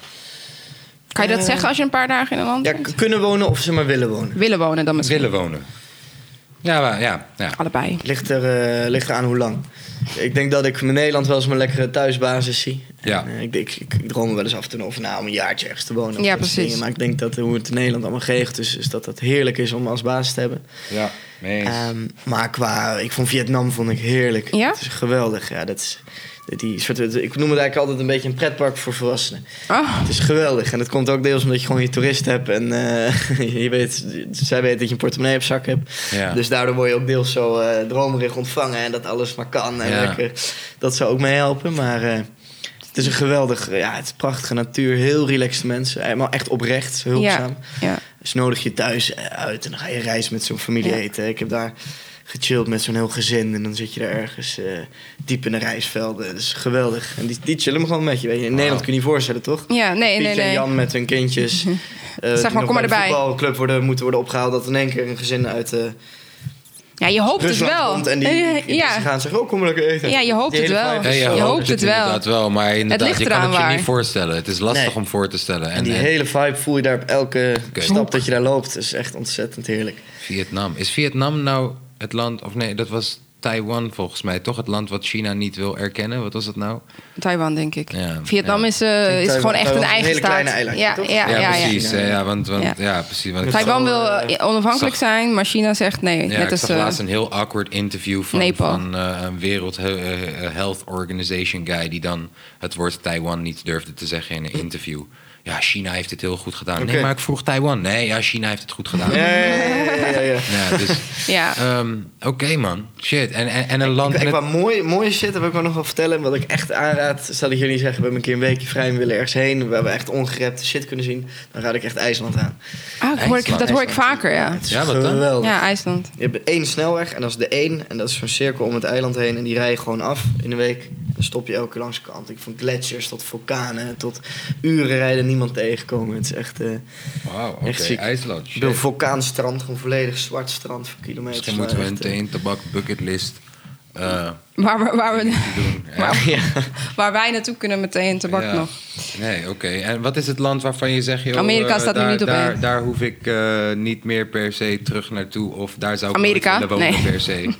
Kan je dat zeggen als je een paar dagen in een land Ja, bent? k- kunnen wonen of ze maar willen wonen. Willen wonen dan misschien? Willen wonen. Ja, maar, ja, ja. Allebei. Ligt er, uh, ligt er aan hoe lang. Ik denk dat ik mijn Nederland wel als mijn lekkere thuisbasis zie. Ja. En, uh, ik, ik, ik, ik droom er wel eens af en toe over na om een jaartje ergens te wonen. of Ja, dat soort precies. dingen. Maar ik denk dat uh, hoe het in Nederland allemaal geregeld is, is dat het heerlijk is om als basis te hebben. Ja, mee eens. Um, maar qua, ik vond Vietnam vond ik heerlijk. Ja? Het is geweldig. Ja, dat is, die soort, ik noem het eigenlijk altijd een beetje een pretpark voor volwassenen. Oh. Het is geweldig. En dat komt ook deels omdat je gewoon je toerist hebt. En uh, je weet, zij weten dat je een portemonnee op zak hebt. Ja. Dus daardoor word je ook deels zo uh, dromerig ontvangen. En dat alles maar kan. En Ja. lekker. Dat zou ook meehelpen. Maar uh, het is een geweldig, ja, het is prachtige natuur. Heel relaxed mensen. Helemaal echt oprecht, hulpzaam. Ja, ja. Dus nodig je thuis uit en dan ga je reizen met zo'n familie Ja. eten. Ik heb daar gechilled met zo'n heel gezin en dan zit je daar ergens uh, diep in de rijstvelden. Dat is geweldig. En die, die chillen me gewoon met je. Weet je. In Nederland kun je niet voorstellen, toch? Ja, nee, nee, Pietje en nee. Jan met hun kindjes. Uh, Zeg maar, die nog kom maar bij de erbij. voetbalclub worden, moeten worden opgehaald. Dat in één keer een gezin uit uh, Ja, je hoopt het Rusland wel. komt. En die, die, die ja. ze gaan zeggen, oh, kom maar lekker eten. Ja, je hoopt Die het hele wel. vibe Ja, is je, zo- hoopt hoopt het het wel. inderdaad wel. Maar inderdaad, ligt je kan eraan het je waar. niet voorstellen. Het is lastig Nee. om voor te stellen. En die en, hele vibe voel je daar op elke Oké. stap dat je daar loopt. Dat is echt ontzettend heerlijk. Vietnam. Is Vietnam nou het land... Of nee, dat was Taiwan volgens mij. Toch het land wat China niet wil erkennen? Wat was dat nou? Taiwan, denk ik. Ja, Vietnam ja. is, uh, Taiwan- is gewoon echt Taiwan een is een eigen hele staat. kleine eilandje, ja, toch? ja, Ja, ja, ja. precies. ja. Ja, ja, want, want, Ja. ja. precies. Want ik Taiwan zag- wil uh, onafhankelijk zag- zijn, maar China zegt nee. Ja, net ik als, zag uh, laatst een heel awkward interview van, Nepal. van uh, een Wereld uh, Health Organization guy... die dan het woord Taiwan niet durfde te zeggen in een interview. Ja, China heeft het heel goed gedaan. Oké. Nee, maar ik vroeg Taiwan. Nee, ja, China heeft het goed gedaan. Ja, ja, ja, ja, ja. Ja, dus... ja. um, Oké, okay, man. Shit. En, en, en een land... Ik, en ik het- wou mooie, mooie shit, dat wil ik wel nog wel vertellen. Wat ik echt aanraad, stel dat jullie zeggen... we hebben een keer een weekje vrij en we willen ergens heen... waar we echt ongerepte shit kunnen zien... dan raad ik echt IJsland aan. Ah, dat hoor ik, dat hoor ik vaker, ja. Het is Ja, wat dan? geweldig. Ja, IJsland. Je hebt één snelweg en dat is de één... en dat is zo'n cirkel om het eiland heen... en die rij je gewoon af in een week. Dan stop je elke keer langs de kant. Ik van gletsjers tot vulkanen, tot uren rijden niemand tegenkomen. Het is echt, uh, Wauw, oké, echt ziek. IJsland. Ik bedoel, een vulkaanstrand, gewoon volledig zwart strand voor kilometers. Misschien moeten we een echt, uh, teen tabak bucketlist uh, Waar, we, waar, we, doen. Ja. waar, ja. waar wij naartoe kunnen met thee en tabak Ja. nog. Nee, oké. Okay. En wat is het land waarvan je zegt... Joh, Amerika uh, staat nu daar, niet op daar, één. daar hoef ik uh, niet meer per se terug naartoe. Of daar zou ik Amerika? nooit willen wonen Nee. per se.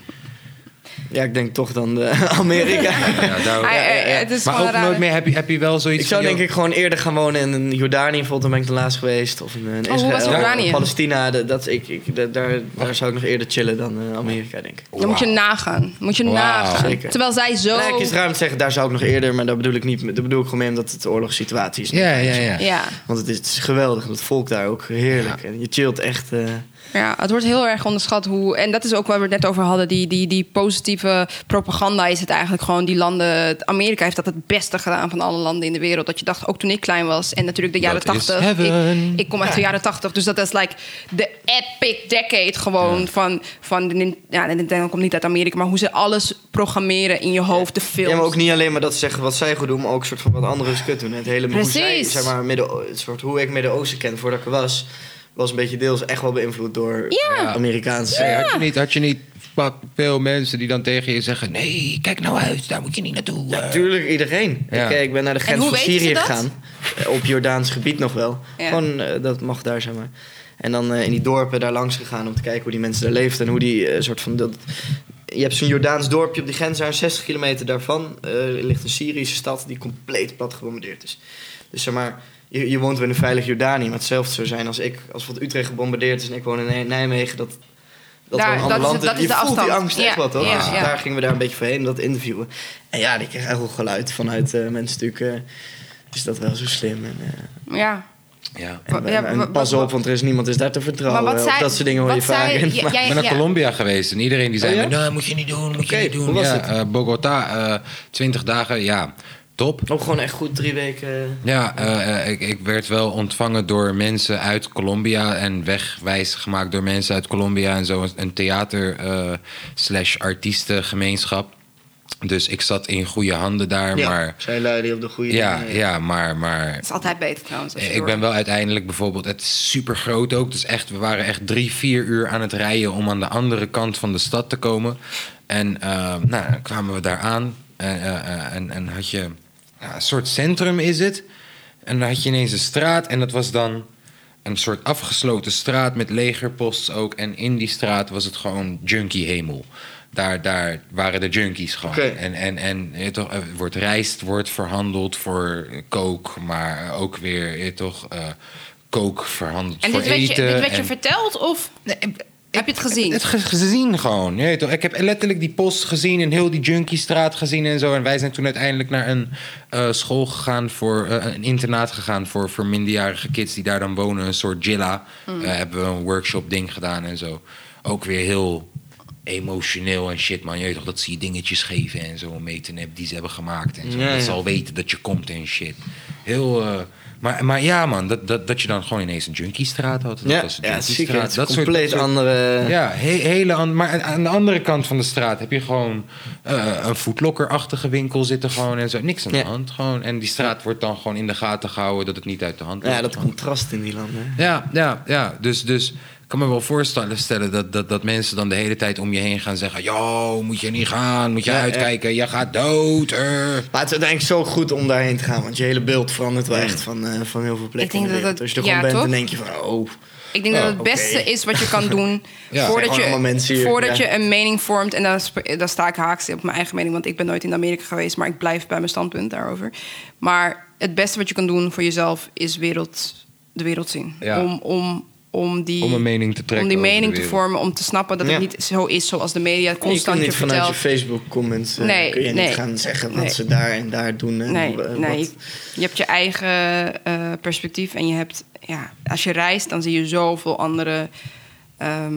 Ja, ik denk toch dan de Amerika. Ja, daar, Hij- hij- ja, ja. Het is maar gewoon ook een nooit rare- meer, heb je, heb je wel zoiets Ik zou van, denk joh, ik gewoon eerder gaan wonen in Jordanië. Bijvoorbeeld, dan ben ik de laatst geweest. Of in, in hoe was Israël, Jordanië? Palestina. Dat, dat, ik, ik, dat- daar, daar zou ik nog eerder chillen dan uh, Amerika, denk ik. Dan moet je Wauw. nagaan. Moet je Wauw. nagaan. Zeker. Terwijl zij zo... Nee, ik kies ruim te zeggen, daar zou ik nog eerder. Maar dat bedoel ik niet. Dat bedoel ik gewoon mee omdat het de oorlogssituatie is. Ja, ja, ja. Ja. Want het is, het is geweldig. Het volk daar ook heerlijk. En je chillt echt. Uh, Ja, het wordt heel erg onderschat hoe... En dat is ook waar we het net over hadden. Die, die, die positieve propaganda is het eigenlijk gewoon die landen... Amerika heeft dat het beste gedaan van alle landen in de wereld. Dat je dacht, ook toen ik klein was. En natuurlijk de jaren Dat is tachtig. heaven. Ik, ik kom uit de jaren tachtig. Dus dat is like de epic decade gewoon Ja. van... van de, Nin- ja, de Nintendo komt niet uit Amerika. Maar hoe ze alles programmeren in je hoofd. De films. ja, maar ook niet alleen maar dat ze zeggen wat zij goed doen. Maar ook een soort van wat anderen eens kut doen. Het hele hoe zij, Precies. zeg maar, midden, het soort hoe ik Midden-Oosten ken voordat ik er was. Was een beetje deels echt wel beïnvloed door Ja. Amerikaanse. Hey, had je niet, had je niet fuck veel mensen die dan tegen je zeggen... Nee, kijk nou uit, daar moet je niet naartoe. Ja, Uh, tuurlijk, iedereen. Ja. Ik, eh, ik ben naar de grens hoe van weten ze Syrië dat? gegaan. Eh, Op Jordaans gebied nog wel. Ja. Gewoon, eh, dat mag daar, zeg maar. En dan eh, in die dorpen daar langs gegaan om te kijken hoe die mensen daar leefden. En hoe die eh, soort van... Dat, je hebt zo'n Jordaans dorpje op die grens daar, zestig kilometer daarvan. eh, ligt een Syrische stad die compleet plat gebombardeerd is. Dus zeg maar... Je, je woont wel in een veilig Jordanië, maar hetzelfde zou zijn als ik... Als bijvoorbeeld Utrecht gebombardeerd is en ik woon in Nijmegen... dat, dat Daar- wel een ander dat is land het- dat je is de voelt die afstand. angst Ja, echt wel, toch? ja, Dus ja. daar gingen we daar een beetje voorheen om dat te interviewen. En ja, die kreeg echt wel geluid vanuit uh, mensen natuurlijk... Uh, is dat wel zo slim. En, uh, Ja. ja. en, Ja, en wa- pas wa- op, want er is niemand is daar te vertrouwen. Maar wat Of zei- dat soort dingen hoor je wat zei- vaak. ja, Maar- jij- Ik ben naar ja. Colombia geweest en iedereen die zei... Oh, ja? me, nou, moet je niet doen, moet je Oké, niet doen. hoe was ja, het? uh, Bogota, uh, twintig dagen, ja, top. Ook gewoon echt goed drie weken... Ja, uh, uh, ik, ik werd wel ontvangen door mensen uit Colombia... en wegwijs gemaakt door mensen uit Colombia... en zo een theater uh, slash artiestengemeenschap. Dus ik zat in goede handen daar, Ja, maar... zij luiden op de goede Ja, dingen. ja, maar... maar Dat is altijd beter trouwens. als je ik door- ben wel uiteindelijk bijvoorbeeld... Het is super groot ook. Dus echt, we waren echt drie, vier uur aan het rijden... om aan de andere kant van de stad te komen. En uh, nou, dan kwamen we daar aan. En, uh, uh, en, en had je... Ja, een soort centrum is het. En dan had je ineens een straat. En dat was dan een soort afgesloten straat... met legerposts ook. En in die straat was het gewoon junkie hemel. Daar, daar waren de junkies gewoon. Oké. En, en, en je toch, er wordt rijst wordt verhandeld voor kook, maar ook weer je toch, uh, kook verhandeld En voor dit werd, eten. je, dit werd je en- verteld of heb je het gezien? Het ge- gezien gewoon. Je weet toch, ik heb letterlijk die post gezien en heel die junkiestraat gezien en zo. En wij zijn toen uiteindelijk naar een uh, school gegaan voor uh, een internaat gegaan voor, voor minderjarige kids die daar dan wonen, een soort Jilla. Mm. Uh, hebben we een workshop ding gedaan en zo. Ook weer heel emotioneel en shit, man. Je weet toch, dat ze je dingetjes geven en zo, een metenep die ze hebben gemaakt en zo. Ja, dat ja. ze al weten dat je komt en shit. Heel... uh, maar, maar ja, man, dat, dat, dat je dan gewoon ineens een junkiestraat had. Dat Ja, was een ja, junkiestraat. ziek. Het is Dat soort- compleet dat soort- andere... ja, he- hele an- maar aan de andere kant van de straat heb je gewoon uh, een Foodlocker-achtige winkel zitten gewoon en zo. Niks aan de Ja. hand. Gewoon. En die straat wordt dan gewoon in de gaten gehouden dat het niet uit de hand loopt. Ja, dat contrast in die landen. hè. Ja, ja, ja. Dus, dus ik kan me wel voorstellen stellen dat, dat, dat mensen dan de hele tijd om je heen gaan zeggen... Yo, moet je niet gaan, moet je Ja, ja. uitkijken, je gaat dood. uh. Maar het is uiteindelijk zo goed om daarheen te gaan. Want je hele beeld verandert wel echt van, uh, van heel veel plekken. Ik denk in de dat wereld. dat- Als je er ja, gewoon bent, toch? dan denk je van... Oh, Ik denk dat Oh, het oké. beste is wat je kan doen Ja. voordat, Gewoon allemaal je, mensen hier, voordat ja. je een mening vormt. En daar, sp- daar sta ik haaks op mijn eigen mening, want ik ben nooit in Amerika geweest, maar ik blijf bij mijn standpunt daarover. Maar het beste wat je kan doen voor jezelf is wereld, de wereld zien. Ja. Om, om, om, die, Om een mening te trekken om die over de mening te wereld. vormen, om te snappen dat Ja. het niet zo is zoals de media je kan constant je niet vanuit vertelt. je Facebook-comments... uh, Nee, kun je nee. niet gaan zeggen wat Nee. ze daar en daar doen. En Nee, hoe, uh, nee. wat- Je hebt je eigen eh, perspectief en je hebt, ja, als je reist, dan zie je zoveel andere ehm,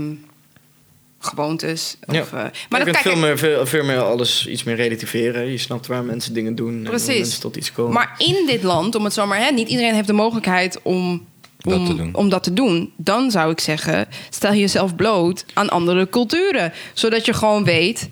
gewoontes. Of, Ja. eh, Maar maar je dan kunt kijk veel meer, veel, veel meer alles iets meer relativeren. Je snapt waar mensen dingen doen. En hoe Precies. mensen tot iets komen. Maar in dit land, om het zo maar, hè, niet iedereen heeft de mogelijkheid om, Dat om, te doen. om dat te doen. Dan zou ik zeggen, stel jezelf bloot aan andere culturen. Zodat je gewoon weet,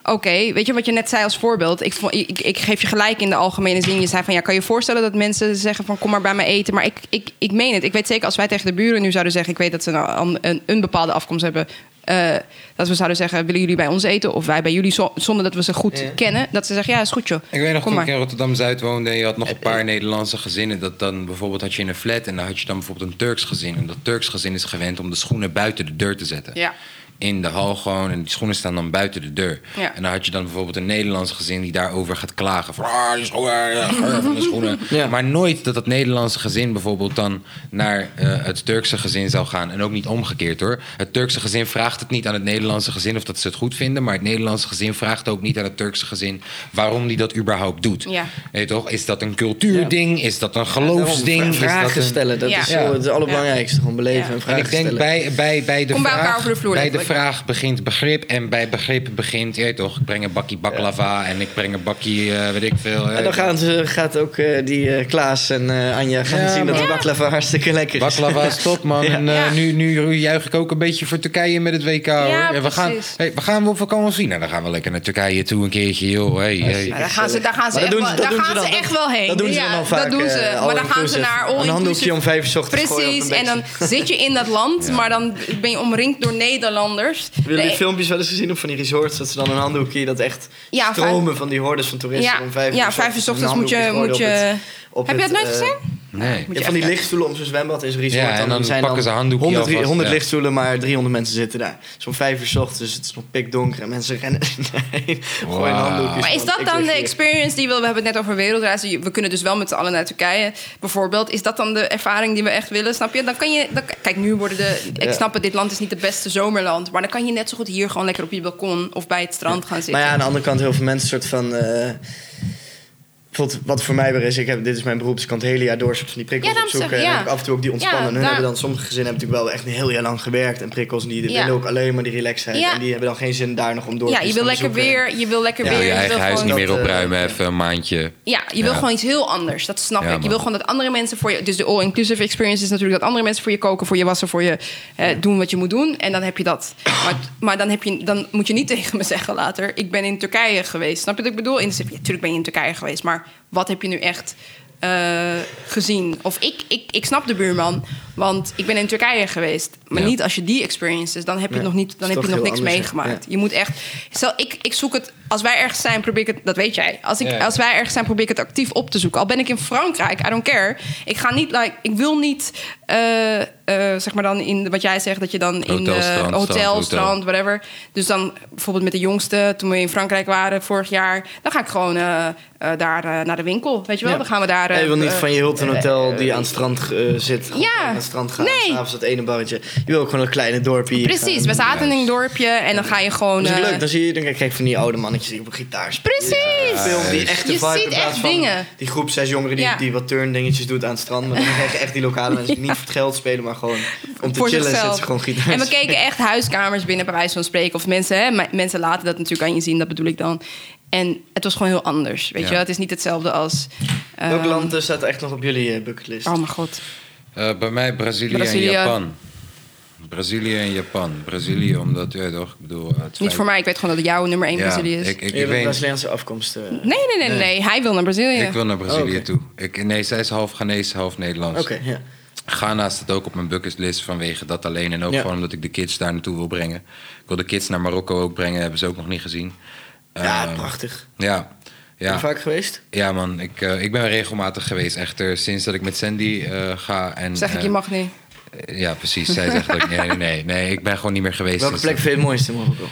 oké, okay, weet je wat je net zei als voorbeeld? Ik, ik, ik geef je gelijk in de algemene zin. Je zei van, ja, kan je je voorstellen dat mensen zeggen van, kom maar bij me eten. Maar ik, ik, ik meen het. Ik weet zeker, als wij tegen de buren nu zouden zeggen, ik weet dat ze een, een, een bepaalde afkomst hebben, Uh, dat we zouden zeggen, willen jullie bij ons eten? Of wij bij jullie, zo, zonder dat we ze goed ja. kennen. Dat ze zeggen, ja, is goed joh. Ik weet nog, kom toen maar. ik in Rotterdam-Zuid woonde en je had nog een paar Nederlandse gezinnen. Dat dan bijvoorbeeld had je in een flat en dan had je dan bijvoorbeeld een Turks gezin. En dat Turks gezin is gewend om de schoenen buiten de deur te zetten. Ja. In de hal gewoon. En die schoenen staan dan buiten de deur. Ja. En dan had je dan bijvoorbeeld een Nederlands gezin die daarover gaat klagen. Van, ah, die schoenen, ja, van de schoenen. Ja. Maar nooit dat het Nederlandse gezin bijvoorbeeld dan naar uh, het Turkse gezin zou gaan. En ook niet omgekeerd hoor. Het Turkse gezin vraagt het niet aan het Nederlandse gezin of dat ze het goed vinden. Maar het Nederlandse gezin vraagt ook niet aan het Turkse gezin waarom die dat überhaupt doet. Ja. Weet je toch? Is dat een cultuurding? Is dat een geloofsding? Ja, vragen is dat een... stellen, dat ja. is zo het allerbelangrijkste. Gewoon beleven ja. en vragen en ik denk stellen. bij, bij, bij de Kom bij vraag, elkaar over de vloer. bij de vraag begint begrip en bij begrip begint, je weet toch, ik breng een bakkie baklava ja. en ik breng een bakkie, uh, weet ik veel. En dan gaan ze, gaat ook uh, die uh, Klaas en uh, Anja gaan ja, zien dat die baklava hartstikke lekker is. Baklava is top, man. Ja. En uh, ja. nu, nu juich ik ook een beetje voor Turkije met het W K, hoor. Ja, ja, we, gaan, hey, we gaan op vakantie. Nou, dan gaan we lekker naar Turkije toe een keertje, joh. Hey, hey. Ja, daar gaan ze, daar gaan ze, echt, doen ze, daar gaan ze echt wel heen. Dat doen ze ja, dan vaak. Dat doen ze. Uh, maar dan gaan ze naar all een handdoekje om vijf uur ochtends. Precies, en dan zit je in dat land, ja. maar dan ben je omringd door Nederlanders. Hebben jullie filmpjes wel eens gezien op van die resorts, dat ze dan een handdoekje, dat echt ja, stromen vijf... van die hordes van toeristen ja, om vijf uur ja, vijf uur ochtends moet je... Moet je... Het, heb je het nooit uh, gezien? Nee. Je hebt van die lichtstoelen om zo'n zwembad in zo'n resort. Ja, en dan, dan zijn pakken dan ze handdoekje honderd, alvast, honderd ja. lichtstoelen, maar driehonderd mensen zitten daar. Zo'n vijf uur 's ochtends, dus het is nog pikdonker en mensen rennen. Nee, wow. gooien handdoekjes. Maar is dat dan de experience die we... We hebben het net over wereldreizen. We kunnen dus wel met z'n allen naar Turkije, bijvoorbeeld. Is dat dan de ervaring die we echt willen? Snap je? Dan kan je... Dan, kijk, nu worden de... Ik ja. snap het, dit land is niet het beste zomerland. Maar dan kan je net zo goed hier gewoon lekker op je balkon of bij het strand gaan zitten. Maar ja, aan de andere kant heel veel mensen soort van... Uh, wat voor mij weer is, ik heb, dit is mijn beroep, dus ik kan het hele jaar door soort van die prikkels ja, opzoeken. zeg, ja. En heb ik af en toe ook die ontspannen. Ja, hun daar... hebben dan, sommige gezinnen hebben natuurlijk wel echt een heel jaar lang gewerkt en prikkels. En die ja. willen ook alleen maar die relaxheid. Ja. En die hebben dan geen zin daar nog om door ja, te je wil lekker weer, je wil lekker ja, weer. Je eigen huis niet meer dat, opruimen, uh, even een maandje. Ja, je wil ja. gewoon iets heel anders. Dat snap ja, ik. Je man. wil gewoon dat andere mensen voor je... Dus de all-inclusive experience is natuurlijk dat andere mensen voor je koken, voor je wassen, voor je eh, doen wat je moet doen. En dan heb je dat. Maar, maar dan, heb je, dan moet je niet tegen me zeggen later, ik ben in Turkije geweest. Snap je wat ik bedoel? In de, ja, natuurlijk ben je in Turkije geweest, maar wat heb je nu echt... Uh, gezien. Of ik, ik, ik snap de buurman, want ik ben in Turkije geweest. Maar ja. niet als je die experiences, dan heb je ja, nog niet, dan heb je nog niks anders, meegemaakt. Ja. Je moet echt. Stel, ik, ik zoek het. Als wij ergens zijn, probeer ik het. Dat weet jij. Als, ik, ja. als wij ergens zijn, probeer ik het actief op te zoeken. Al ben ik in Frankrijk, I don't care. Ik ga niet, like, ik wil niet, uh, uh, zeg maar dan in wat jij zegt, dat je dan in hotel, strand, uh, hotel, strand, strand, whatever. Dus dan bijvoorbeeld met de jongste, toen we in Frankrijk waren vorig jaar, dan ga ik gewoon uh, uh, daar uh, naar de winkel, weet je wel? Ja. Dan gaan we daar. Uh, ja, je wil niet van je Hilton hotel die aan het strand uh, zit, ja. aan het strand gaan. Nee. S'avonds dat ene barretje. Je wil ook gewoon een kleine dorpje. Precies, we zaten in een dorpje en dan ga je gewoon. Dat is uh, leuk. Dan zie je, dan krijg je van die oude mannetjes die op een gitaar spelen. Precies. Ja, film, die echte je vibe ziet in plaats echt van dingen. Die groep zes jongeren die, ja. die wat turndingetjes doet aan het strand. Maar dan krijg je echt die lokale mensen die ja. niet voor het geld spelen, maar gewoon om te voor chillen zichzelf. zetten ze gewoon gitaar. En we keken echt huiskamers binnen, bij wijze van spreken. Of mensen, hè, mensen laten dat natuurlijk aan je zien, dat bedoel ik dan. En het was gewoon heel anders, weet ja. je. Het is niet hetzelfde als... Uh, Welk land uh, staat echt nog op jullie uh, bucketlist? Oh mijn god. Uh, bij mij Brazilië, Brazilië en Japan. Brazilië en Japan. Brazilië, omdat, ja toch, ik bedoel... Het niet voor mij, ik weet gewoon dat het jouw nummer één ja, Brazilië is. Ik, ik, je ik weet... Braziliaanse afkomst. Uh... Nee, nee, nee, nee, nee, hij wil naar Brazilië. Ik wil naar Brazilië oh, okay. toe. Ik, nee, zij is half Ghanese, half Nederlands. Oké, okay, ja. Ghana staat ook op mijn bucketlist vanwege dat alleen. En ook ja. gewoon omdat ik de kids daar naartoe wil brengen. Ik wil de kids naar Marokko ook brengen, hebben ze ook nog niet gezien. Ja, uh, prachtig. Ja. Ja. Ben je vaak geweest? Ja man, ik, uh, ik ben regelmatig geweest. Echter, sinds dat ik met Sandy uh, ga. En, zeg ik, uh, je mag niet. Uh, ja, precies. Zij zegt ook, nee, nee, nee, nee. Ik ben gewoon niet meer geweest. Welke plek vind je het mooiste in Marokko?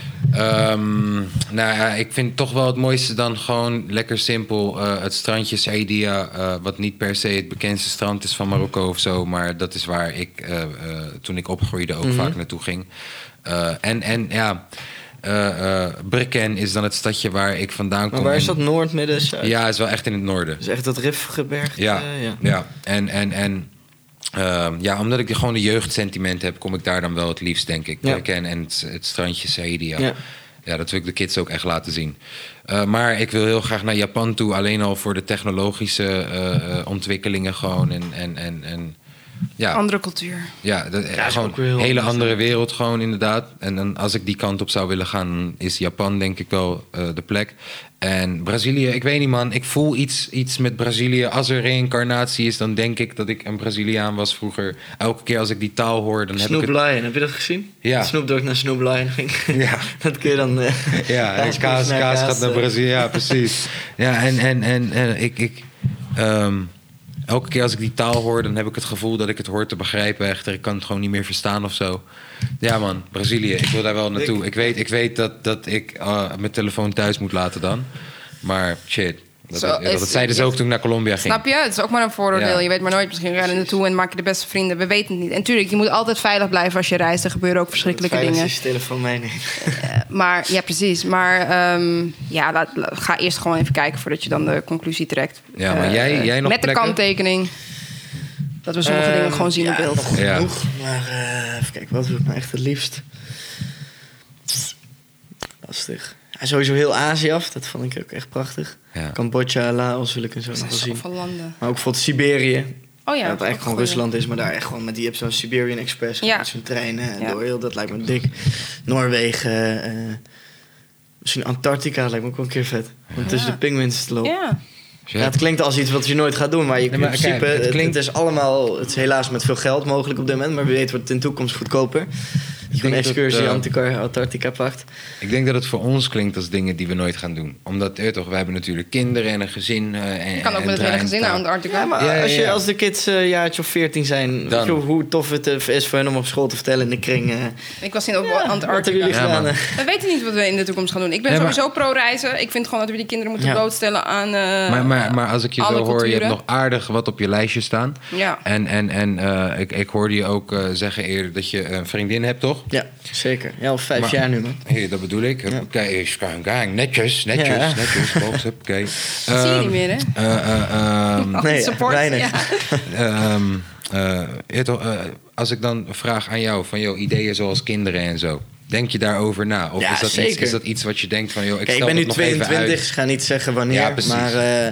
Um, nou ja, ik vind toch wel het mooiste dan gewoon lekker simpel. Uh, het strandje Saïdia, uh, wat niet per se het bekendste strand is van Marokko of zo. Maar dat is waar ik, uh, uh, toen ik opgroeide, ook mm-hmm. vaak naartoe ging. Uh, en, en ja... Uh, uh, Breken is dan het stadje waar ik vandaan kom. Maar waar is dat? Noord, midden, zuid? Ja, is wel echt in het noorden. Is echt dat Rifgebergte? Ja, uh, ja. ja. En, en, en uh, ja, omdat ik gewoon de jeugdsentiment heb, kom ik daar dan wel het liefst, denk ik. Ja. Breken en het, het strandje Saïdia. Ja. Ja, dat wil ik de kids ook echt laten zien. Uh, maar ik wil heel graag naar Japan toe, alleen al voor de technologische uh, uh, ontwikkelingen gewoon. En, en, en, en Ja, Andere cultuur. ja, dat, is gewoon ook weer heel een hele anders, andere wereld gewoon inderdaad. En dan, als ik die kant op zou willen gaan, dan is Japan denk ik wel uh, de plek. En Brazilië, ik weet niet man, ik voel iets, iets met Brazilië. Als er reïncarnatie is, dan denk ik dat ik een Braziliaan was vroeger. Elke keer als ik die taal hoor, dan heb Snoop ik het... Lion, heb je dat gezien? Ja. Snoop Dogg naar Snoop Lion ging. Ja. Dat kun je dan... Uh, Ja, en kaas, naar kaas gaat naar uh, Brazilië, ja precies. Ja, en, en, en, en ik... ik um, elke keer als ik die taal hoor, dan heb ik het gevoel dat ik het hoor te begrijpen. Echter, ik kan het gewoon niet meer verstaan of zo. Ja man, Brazilië, ik wil daar wel naartoe. Ik weet, ik weet dat, dat ik uh, mijn telefoon thuis moet laten dan. Maar shit, dat, Zo, dat, dat, is- dat zeiden ze ook toen ik naar Colombia ging. Snap je? Het is ook maar een vooroordeel. Ja. Je weet maar nooit, misschien ga je er naartoe en maak je de beste vrienden. We weten het niet. En tuurlijk, je moet altijd veilig blijven als je reist. Er gebeuren ook verschrikkelijke veilig dingen. als je telefoon meeneemt. Maar ja, precies. Maar um, ja, laat, la- ga eerst gewoon even kijken voordat je dan de conclusie trekt. Ja, maar Uh, jij- jij nog met plekken? de kanttekening. Dat we sommige dingen gewoon zien ja, op beeld. nog Ja. genoeg. Maar uh, even kijken, wat wil ik nou echt het liefst? Lastig. Ja, sowieso heel Azië af, dat vond ik ook echt prachtig. Ja. Cambodja, Laos wil ik en zo Er nog zijn wel zien. zoveel landen. Maar ook bijvoorbeeld Siberië. Oh ja, wat dat is ook eigenlijk gewoon een Rusland is, maar daar echt gewoon met die hebt zo'n Siberian Express. Ja. Met zo'n trein uh, Ja. door heel, dat lijkt me dik. Noorwegen, uh, misschien Antarctica, dat lijkt me ook wel een keer vet. Om Ja. tussen de pinguïns te lopen. Ja. Ja, het klinkt als iets wat je nooit gaat doen, maar je Nee, maar in principe, kijk, het het, klinkt- het is allemaal, het is helaas met veel geld mogelijk op dit moment, maar wie weet wordt het in de toekomst goedkoper. Je gewoon een denk dat, excursie uh, Antarctica, Antarctica pakt. Ik denk dat het voor ons klinkt als dingen die we nooit gaan doen. Omdat, eh, toch, wij hebben natuurlijk kinderen en een gezin. Uh, en, Je kan ook en met het hele draaien gezin taal. naar Antarctica. Ja, maar Ja, ja, als, je, ja. als de kids een uh, jaartje of veertien zijn, weet je hoe tof het uh, is voor hen om op school te vertellen in de kring. Uh, Ik was in op wat hebben Antarctica. jullie Ja, gedaan? man. uh? We weten niet wat we in de toekomst gaan doen. Ik ben Nee, maar- sowieso pro-reizen. Ik vind gewoon dat we die kinderen moeten Ja. blootstellen aan... uh, Maar, maar, maar als ik je zo alle hoor, je hebt culturen. nog aardig wat op je lijstje staan. Ja. En, en, en uh, ik, ik hoorde je ook uh, zeggen eerder dat je een vriendin hebt, toch? Ja, zeker. Ja, al vijf Maar- jaar nu, man. Hey, dat bedoel ik. Oké, gang, netjes, netjes, Ja. netjes. Box, oké. Dat zie je niet meer, hè? Uh, Nee, Support, weinig. ja. um, uh, je toch, uh, als ik dan vraag aan jou van jouw ideeën zoals kinderen en zo. Denk je daarover na? Of Ja, is, dat iets, zeker. is dat iets wat je denkt van... Joh, ik, Kijk, ik stel ben nu dat nog even tweeëntwintig, uit. ik ga niet zeggen wanneer, Ja, precies. maar uh,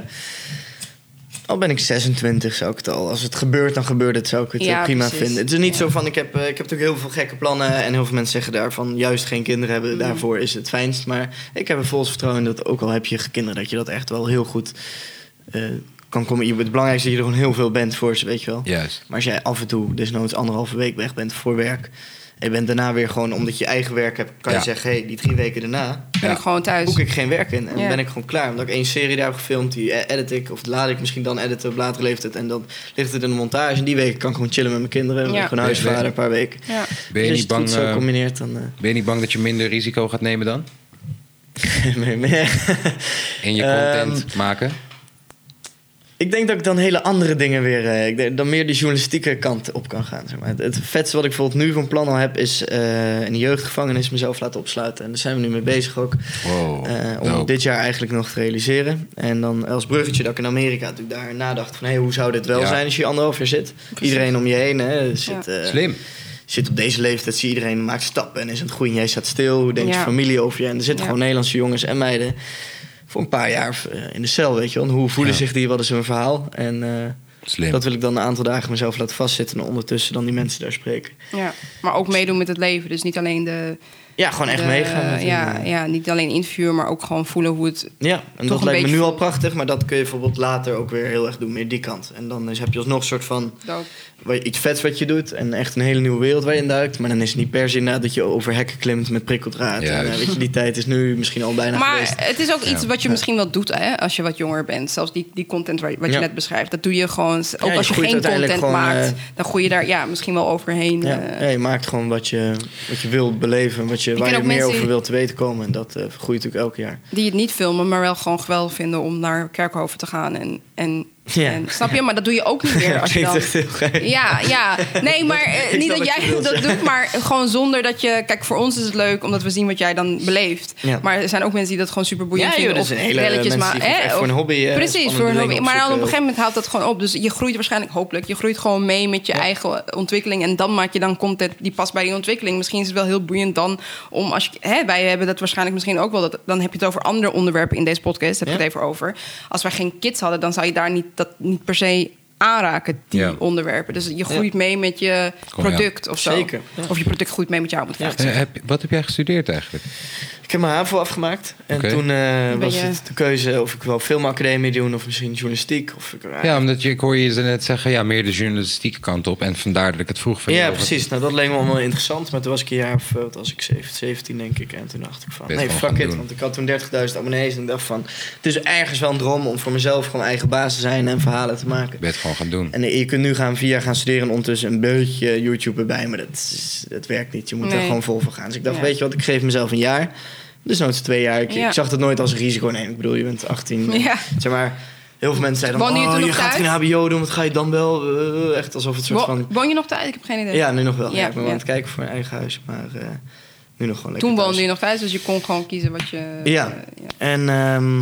al ben ik zesentwintig, zou ik het al. Als het gebeurt, dan gebeurt het, zou ik het Ja, uh, prima precies. vinden. Het is niet zo van, ik heb, uh, ik heb natuurlijk heel veel gekke plannen en heel veel mensen zeggen daarvan, juist geen kinderen hebben, Mm. daarvoor is het fijnst. Maar ik heb er volgens vertrouwen in dat ook al heb je kinderen, dat je dat echt wel heel goed uh, kan komen. Het belangrijkste is dat je er gewoon heel veel bent voor ze, weet je wel. Juist. Maar als jij af en toe desnoods anderhalve week weg bent voor werk en je bent daarna weer gewoon, omdat je eigen werk hebt, kan Ja. je zeggen, hé, hey, die drie weken daarna Ben Ja. ik gewoon thuis. boek ik geen werk in. En Ja. dan ben ik gewoon klaar. Omdat ik één serie daar heb gefilmd, die edit ik. Of laat ik misschien dan editen op latere leeftijd. En dan ligt het in de montage. En die week kan ik gewoon chillen met mijn kinderen. Ben Ja. ik gewoon huisvader een paar weken. Ja. Ben je, Dus niet als bang, het goed zo uh, combineert, dan... ben je niet bang dat je minder risico gaat nemen dan? uh, meer- meer. In je Ehm, content maken? Ik denk dat ik dan hele andere dingen weer... eh, ik denk, dan meer die journalistieke kant op kan gaan. Zeg maar. het, het vetste wat ik bijvoorbeeld nu van plan al heb... is uh, in de jeugdgevangenis mezelf laten opsluiten. En daar zijn we nu mee bezig ook. Wow, Uh, om dope. dit jaar eigenlijk nog te realiseren. En dan als bruggetje dat ik in Amerika natuurlijk daar nadacht van... Hey, hoe zou dit wel Ja. zijn als je anderhalf jaar zit? Precies. Iedereen om je heen hè, zit, Ja. uh, Slim. zit op deze leeftijd. Zie iedereen maakt stappen en is aan het groeien. Jij staat stil. Hoe denkt Ja. je familie over je? En er zitten Ja. gewoon Nederlandse jongens en meiden... voor een paar jaar uh, in de cel, weet je wel. En hoe voelen Ja. zich die? Wat is hun verhaal? En uh, Slim. dat wil ik dan een aantal dagen mezelf laten vastzitten... en ondertussen dan die mensen daar spreken. Ja. Maar ook meedoen met het leven. Dus niet alleen de... Ja, gewoon echt de- meegaan. met ja, hun, uh, ja, niet alleen interviewen, maar ook gewoon voelen hoe het... Ja, en Toch dat een lijkt me beetje nu al voelen. prachtig, maar dat kun je bijvoorbeeld later ook weer heel erg doen, meer die kant. En dan is, heb je alsnog een soort van Dope. waar je iets vets wat je doet en echt een hele nieuwe wereld waar je in duikt. Maar dan is het niet per se inderdaad dat je over hekken klimt met prikkeldraad. En, Juist. uh, weet je, die tijd is nu misschien al bijna Maar geweest. het is ook iets Ja. wat je misschien wel doet hè, als je wat jonger bent. Zelfs die, die content waar, wat je Ja. net beschrijft. Dat doe je gewoon. Ook je als je groeit geen uiteindelijk content gewoon, maakt, eh, dan groei je daar ja, misschien wel overheen. Ja, eh. ja, je maakt gewoon wat je, wat je wil beleven, wat je, ken waar je ook meer mensen over die- wilt te weten komen. En dat uh, groeit natuurlijk elk jaar. Die het niet filmen, maar wel gewoon geweldig vinden om naar Kerkhoven te gaan. En, en, Ja. en, snap je? Maar dat doe je ook niet meer als je klinkt dan... echt heel gek. Ja, ja. Nee, maar eh, Ik niet snap dat wat je jij bedoelt, dat ja. doet, maar gewoon zonder dat je... Kijk, voor ons is het leuk, omdat we zien wat jij dan beleeft. Ja. Maar er zijn ook mensen die dat gewoon super boeiend Ja, joh, vinden. dat of zijn hele relletjes mensen die maar, echt hè, voor of- een hobby, eh, Precies, spannende voor een dingen hobby. Maar dan op een opzoeken. gegeven moment houdt dat gewoon op. Dus je groeit waarschijnlijk, hopelijk, je groeit gewoon mee met je eigen ontwikkeling. En dan maak je dan content die past bij die ontwikkeling. Misschien is het wel heel boeiend dan om... als je, hè, wij hebben dat waarschijnlijk misschien ook wel. Dat, dan heb je het over andere onderwerpen in deze podcast. Heb je Ja. het even over. Als wij geen kids hadden, dan zou je daar niet, dat niet per se aanraken, die Ja. onderwerpen. Dus je groeit mee met je Kom, ja. product of zo. Zeker, ja. Of je product groeit mee met jou, moet ik Ja. zeggen. Eh, heb, wat heb jij gestudeerd eigenlijk? Ik heb mijn HAVO afgemaakt. En Oké. toen eh, Ben was je- het de keuze of ik wel filmacademie doen... of misschien journalistiek. Of ik, Ja, omdat je, ik hoor je net zeggen, ja, meer de journalistieke kant op. En vandaar dat ik het vroeg van Ja, jou. precies. Nou, dat leek me allemaal interessant. Maar toen was ik een jaar of, eh, wat was ik, zeventien denk ik. En toen dacht ik van, Best nee, wel fuck gaan it. doen. Want ik had toen dertigduizend abonnees. En ik dacht van, het is ergens wel een droom om voor mezelf gewoon eigen baas te zijn en verhalen te maken. Ik ben het gewoon gaan doen. En je kunt nu gaan vier jaar gaan studeren en ondertussen een beetje YouTube erbij. Maar dat, is, dat werkt niet. Je moet Nee. er gewoon vol voor gaan. Dus ik dacht, Ja. weet je wat, ik geef mezelf een jaar. Dus nooit twee jaar. Ik, Ja. ik zag dat nooit als een risico nemen. Ik bedoel, je bent achttien. Ja. Zeg maar, heel veel mensen zeiden dan, Woonde je oh, toen je nog gaat thuis? geen H B O doen, wat ga je dan wel? Uh, echt alsof het soort Wo- van... Woon je nog thuis? Ik heb geen idee. Ja, nu nog wel. Ja, Ja, ik ben wel ja. aan het kijken voor een eigen huis. Maar uh, nu nog gewoon lekker Toen thuis. woonde je nog thuis, dus je kon gewoon kiezen wat je... Ja. eh, ja. En, ehm,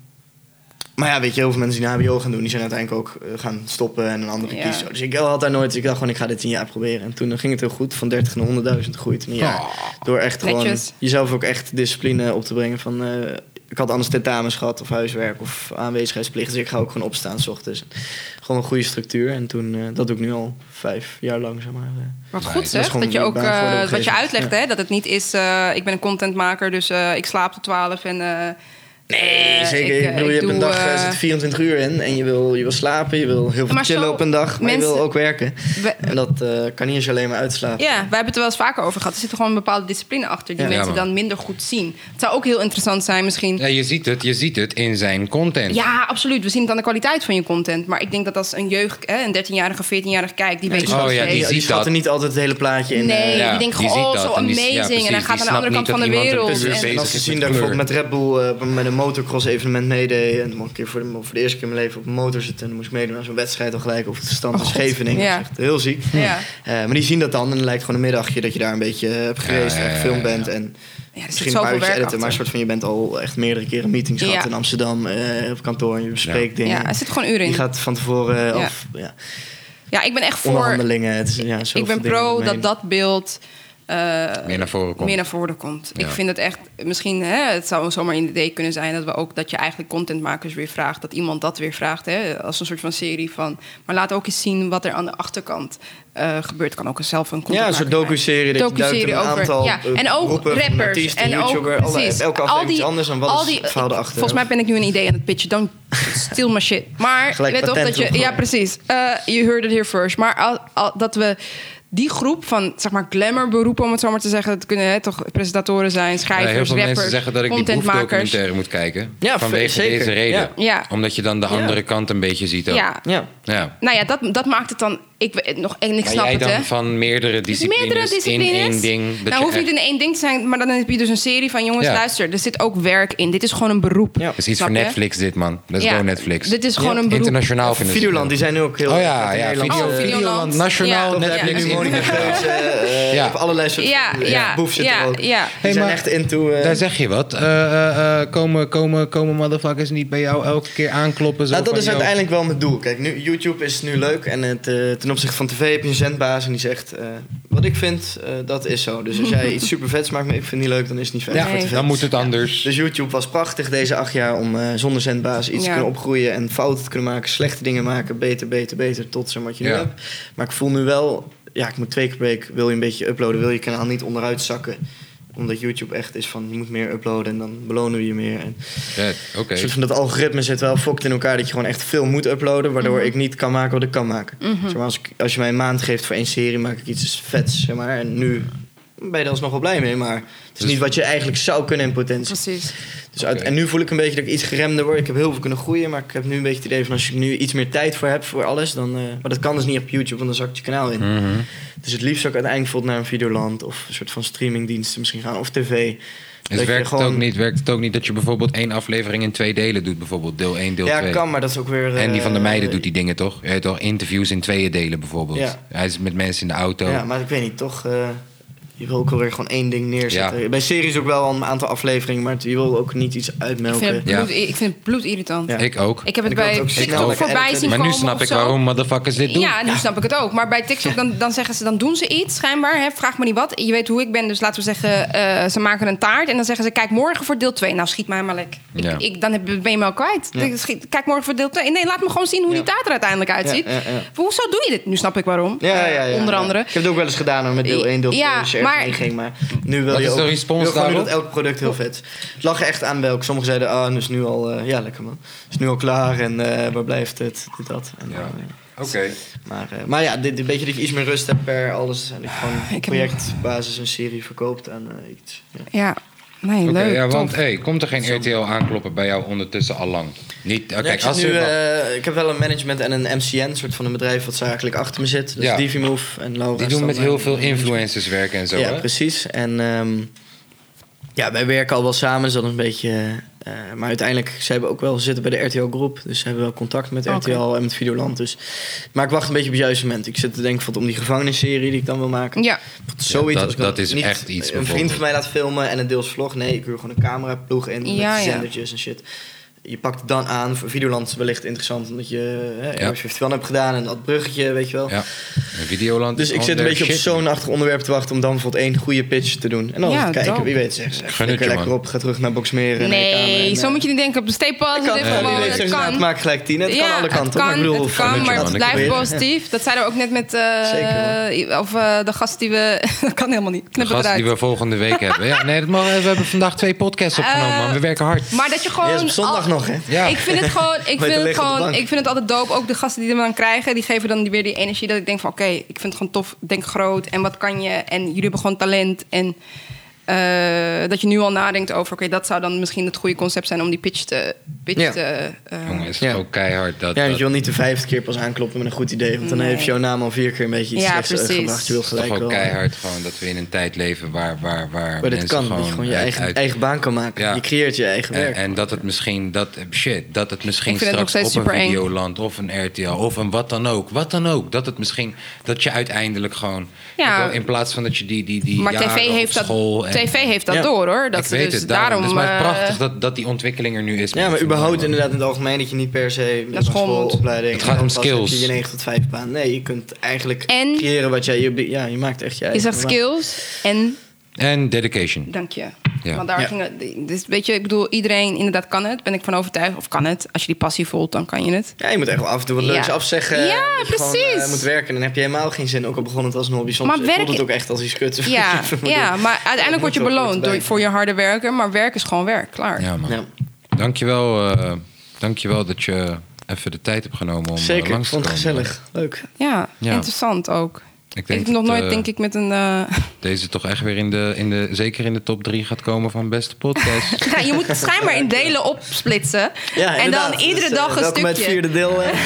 maar ja, weet je, heel veel mensen die een H B O gaan doen... die zijn uiteindelijk ook uh, gaan stoppen en een andere Ja. kiezen. Dus ik had daar nooit... Dus ik dacht gewoon, ik ga dit een jaar proberen. En toen ging het heel goed. Van dertig naar honderdduizend gegroeid in een jaar. Oh. Door echt gewoon Netjes. jezelf ook echt discipline op te brengen. Van, uh, ik had anders tentamens gehad of huiswerk of aanwezigheidsplicht. Dus ik ga ook gewoon opstaan 's ochtends. Gewoon een goede structuur. En toen, uh, dat doe ik nu al vijf jaar lang, zeg maar. uh. Wat Nice. goed Dat is zeg, gewoon dat je een ook baan geworden op eh, een wat je gegeven uitlegt, moment. hè, dat het niet is, eh, ik ben een contentmaker, dus eh, ik slaap tot twaalf en... eh, Nee, eh, zeker. ik, Ik, eh, bedoel, je ik hebt een doe, dag, uh, eh, zit vierentwintig uur in en je wil, je wil slapen, je wil heel veel Maar chillen zo, op een dag, maar je mensen- wil ook werken. we- En dat uh, kan niet als je alleen maar uitslaapt. Ja, wij hebben het er wel eens vaker over gehad. Er zit er gewoon een bepaalde discipline achter die Ja. mensen Ja, man. dan minder goed zien. Het zou ook heel interessant zijn misschien. Ja, je ziet het, je ziet het in zijn content. Ja, absoluut. We zien het aan de kwaliteit van je content. Maar ik denk dat als een jeugd, hè, een dertienjarige, veertienjarige kijkt, die weet Oh, zo ja, steeds. die Die, ziet schatten dat. niet altijd het hele plaatje in. Nee, uh, Ja, die denkt die gewoon, oh, ziet zo dat en die- ja, amazing. precies. en dan gaat Die aan de snapt andere kant niet van de dat iemand een wereld. puzzle En- bezig En als ze is zien met dat ik kleur. bijvoorbeeld met Red Bull uh, met een motocross evenement meedeed. En dan mocht ik een keer voor de, voor de eerste keer in mijn leven op een motor zitten. En dan moest ik meedoen aan zo'n wedstrijd al gelijk. Of het stand Oh, in God. Scheveningen. Ja. Dat is echt heel ziek. Ja. Uh, maar die zien dat dan en dan lijkt gewoon een middagje dat je daar een beetje hebt gereisd Ja, ja, en ja, gefilmd ja, ja. bent. En Ja, er zit misschien een zoveel paar uurtjes werk editen. Maar een achter. soort van je bent al echt meerdere keren meetings Ja. gehad in Amsterdam uh, op kantoor. En je bespreekt dingen. Ja, er zit gewoon uren in. Je gaat van tevoren uh, Ja. of ja, Ja, ik ben echt voor... onderhandelingen. Het is, ja, Ik zoveel ben dingen pro omheen. dat dat beeld eh, Meer naar voren komt. meer naar voren komt. Ja. Ik vind het echt, misschien, hè, het zou zomaar een idee kunnen zijn dat we ook dat je eigenlijk contentmakers weer vraagt, dat iemand dat weer vraagt, hè, als een soort van serie van. Maar laat ook eens zien wat er aan de achterkant uh, gebeurt. Kan ook zelf een Ja, een contentmaker soort docu-serie. Dat je duikt in Docu-serie een over- aantal ja. uh, En ook beroepen van rappers. artiest, En ook, YouTuber. Alle, precies. elke Al aflevering die- iets anders. En wat al is die- het verhaal ik- erachter? Volgens mij ben ik nu een idee aan het pitchen. Don't steal my shit. Maar Gelijk je weet toch patent dat je... erop Ja, gooien. precies. Uh, you heard it here first. Maar al, al, dat we die groep van, zeg maar, glamour beroepen, om het zo maar te zeggen. Het kunnen hè, toch presentatoren zijn, Ja, schrijvers, heel veel rappers, mensen zeggen dat ik die contentmakers. proefdocumentaire moet kijken. Ja, vanwege zeker. deze reden. Ja. Ja. Omdat je dan de andere kant een beetje ziet ook. Ja. Ja. Ja. Nou ja, dat, dat maakt het dan... Ik, weet- nog, en ik Maar snap jij het, dan hè. van meerdere disciplines, Meerdere disciplines. in één ding. Dat nou, je hoeft niet echt- in één ding te zijn, maar dan heb je dus een serie van... jongens, Ja. luister, er zit ook werk in. Dit is gewoon een beroep. Ja. Dat is iets Snap voor je? Netflix dit, man. Let's Ja. go Netflix. Dit is gewoon Ja. een beroep. Internationaal vinden ze het Videoland, die zijn nu ook heel... Oh ja, in ja, Nederland, video, Oh, eh, Videoland. Nationaal, Ja. Toch heb je Netflix. nu Monica Geuze, uh, Ja. op allerlei soorten... Ja, ja, Boef zit er ja, ook. ja. Die Hey, zijn maar echt into... uh, Daar zeg je wat. Eh, eh, eh, komen, komen, komen motherfuckers niet bij jou elke keer aankloppen? Zo Nou, dat van, is yo, uiteindelijk wel mijn doel. Kijk, nu, YouTube is nu leuk. En het, uh, ten opzichte van tv heb je een zendbaas en die zegt... Uh, wat ik vind, uh, dat is zo. Dus als jij iets super vets maakt, maar ik vind het niet leuk... dan is het niet vet Ja, voor tv. dan moet het anders. Dus YouTube was prachtig deze acht jaar om uh, zonder zendbaas iets Ja. te kunnen opgroeien... en fouten te kunnen maken, slechte dingen maken... beter, beter, beter, tot zeg maar wat je nu Ja. hebt. Maar ik voel nu wel... Ja, ik moet twee keer per week... wil je een beetje uploaden, wil je kanaal niet onderuit zakken... omdat YouTube echt is van, je moet meer uploaden... en dan belonen we je meer. En Ja, Oké. een soort van dat algoritme zit wel fokt in elkaar... dat je gewoon echt veel moet uploaden... waardoor Mhm. ik niet kan maken wat ik kan maken. Zeg maar, als, ik, als je mij een maand geeft voor één serie... maak ik iets vets, zeg maar. En nu ben je er alsnog wel blij mee... maar het is Dus- niet wat je eigenlijk zou kunnen in potentie. Precies. Dus uit, Oké. en nu voel ik een beetje dat ik iets geremder word. Ik heb heel veel kunnen groeien, maar ik heb nu een beetje het idee van... als je nu iets meer tijd voor hebt voor alles... dan, uh, maar dat kan dus niet op YouTube, want dan zakt je kanaal in. Mhm. Dus het liefst zou ik uiteindelijk bijvoorbeeld naar een Videoland... of een soort van streamingdiensten misschien gaan, of tv. Dus je werkt, gewoon- het ook niet, werkt het ook niet dat je bijvoorbeeld één aflevering in twee delen doet? Bijvoorbeeld deel één, deel Ja, twee. kan, maar dat is ook weer... En die van de uh, meiden doet die dingen toch? Je hebt toch interviews in tweeën delen bijvoorbeeld. Ja. Hij is met mensen in de auto. Ja, maar ik weet niet, toch... Uh, Je wil ook wel weer gewoon één ding neerzetten. Ja. Bij series ook wel een aantal afleveringen, maar je wil ook niet iets uitmelken. Ik vind het, bloed, ja. ik vind het bloedirritant. Ja. Ik ook. Ik heb het ik bij TikTok voorbij zien maar komen. Maar nu snap ik waarom motherfuckers dit doen. Ja, nu ja. snap ik het ook. Maar bij TikTok dan, dan zeggen ze, dan doen ze iets schijnbaar. Hè, vraag me niet wat. Je weet hoe ik ben, dus laten we zeggen, uh, ze maken een taart en dan zeggen ze, kijk morgen voor deel twee. Nou, schiet mij maar lek. Ik, ja. ik, dan heb, ben je me al kwijt. Ja. Schiet, kijk morgen voor deel twee. Nee, laat me gewoon zien hoe ja. die taart er uiteindelijk uitziet. Ja, ja, ja. Hoezo doe je dit? Nu snap ik waarom. Ja, ja, ja, Onder andere. Ja. Ik heb het ook wel eens gedaan hoor, met deel één, deel twee. Ja, als je maar, ging, maar nu wil wat je is ook... de respons gewoon dat elk product heel vet. Het lag echt aan welk. Sommigen zeiden, ah, oh, is nu al... Uh, ja, lekker man. Is nu al klaar en uh, waar blijft het? Dit, dat. En, ja. uh, Oké. Okay. Maar, uh, maar ja, dit, een beetje dat je iets meer rust hebt per alles. En ik gewoon op projectbasis een serie verkoopt aan uh, iets. Ja. ja. Nee, okay, leuk. Ja, want hey, komt er geen R T L aankloppen bij jou ondertussen al lang? Niet, uh, ja, kijk, ik, als nu, u... uh, ik heb wel een management en een M C N, een soort van een bedrijf wat zakelijk achter me zit. Dus ja. Divimove en Laura. Die doen met heel veel influencers werken en zo, ja, hè? Precies. En um, ja, wij werken al wel samen, dus dat is een beetje... Uh, maar uiteindelijk, ze hebben ook wel zitten bij de R T L-groep. Dus ze hebben wel contact met okay. R T L en met Videoland. Dus. Maar ik wacht een beetje op het juiste moment. Ik zit te denken om die gevangenisserie die ik dan wil maken. Ja. Zoiets, ja, dat, dat is niet echt iets. Een vriend van mij laat filmen en een deels vlog. Nee, ik wil gewoon een camera ploegen in ja, met ja. zendertjes en shit. Je pakt het dan aan. Voor Videoland wellicht interessant, omdat je hè, ja. vijfenveertig hebt gedaan en dat bruggetje, weet je wel. Ja. Videoland. Dus ik zit een beetje shit. op zo'n achtig onderwerp te wachten om dan bijvoorbeeld één goede pitch te doen. En dan ja, kijken, wie weet, zeg. zeg lekker, lekker op, ga terug naar Boxmeer. Nee, en, zo moet je niet denken op de steekpas. Het kan, ja, gewoon, het kan. Het maakt gelijk tien. Het ja, kan alle kanten. Het kan, maar, bedoel, het kan, maar het blijft positief. Dat zeiden we ook net met uh, Zeker, of uh, de gast die we... dat kan helemaal niet. Knip de gast die we volgende week hebben. Ja, nee, dat mag, we hebben vandaag twee podcasts opgenomen, man. We werken hard. Maar dat je gewoon... Ja, is op zondag nog, hè? Ja. Ik vind het gewoon... Ik vind het, gewoon ik vind het altijd dope. Ook de gasten die we dan krijgen, die geven dan weer die energie dat ik denk van oké, okay, ik vind het gewoon tof. Denk groot. En wat kan je? En jullie hebben gewoon talent. En uh, dat je nu al nadenkt over oké, okay, dat zou dan misschien het goede concept zijn om die pitch te... Pitch ja. te uh, Jongen, is het ja. ook keihard. Dat, ja, dat... je wil niet de vijfde keer pas aankloppen met een goed idee. Want dan nee. heeft jouw naam al vier keer een beetje iets ja, slechts gebracht. Je wil gelijk het is toch ook wel, keihard gewoon dat we in een tijd leven waar, waar, waar maar mensen kan, gewoon... dat je gewoon je eigen, uit... eigen baan kan maken. Ja. Je creëert je eigen en, werk. En dat het misschien, dat, shit, dat het misschien het straks op een Videoland of een R T L of een wat dan ook. Wat dan ook. Dat het misschien, dat je uiteindelijk gewoon... Ja. In plaats van dat je die, die, die maar tv heeft, dat, en, tv heeft dat ja. door, hoor. Dat ik weet dus het, daarom. daarom dus maar het is uh, prachtig dat, dat die ontwikkeling er nu is. Ja, maar überhaupt inderdaad in het algemeen dat je niet per se met een schoolopleiding... Het gaat om skills. Je je negen tot vijf baan. Nee, je kunt eigenlijk en, creëren wat jij... Je, ja, je maakt echt je eigen... Je zegt skills en... En dedication. Dank je. Ja. Want daar ja. ging het, dus weet je, ik bedoel, iedereen inderdaad kan het. Ben ik van overtuigd. Of kan het. Als je die passie voelt, dan kan je het. Ja, je moet echt wel af en toe wat leuks ja. afzeggen. Ja, dat precies. Je gewoon, uh, moet werken. Dan heb je helemaal geen zin. Ook al begon het als een hobby. Soms maar werk... voelt het ook echt als iets kuts. Ja, ja maar uiteindelijk word je beloond door, voor je harde werken. Maar werk is gewoon werk. Klaar. Ja, man. Ja. Dankjewel, uh, dankjewel dat je even de tijd hebt genomen om Zeker, uh, langs te komen. Zeker, vond het gezellig. Leuk. Ja, ja, interessant ook. Ik denk ik heb nog dat, nooit, uh, denk ik, met een... Uh... Deze toch echt weer in de, in de... Zeker in de top drie gaat komen van beste podcast. Ja, je moet het schijnbaar in delen opsplitsen. Ja, en dan iedere dus, dag uh, een stukje. met vierde deel. Uh,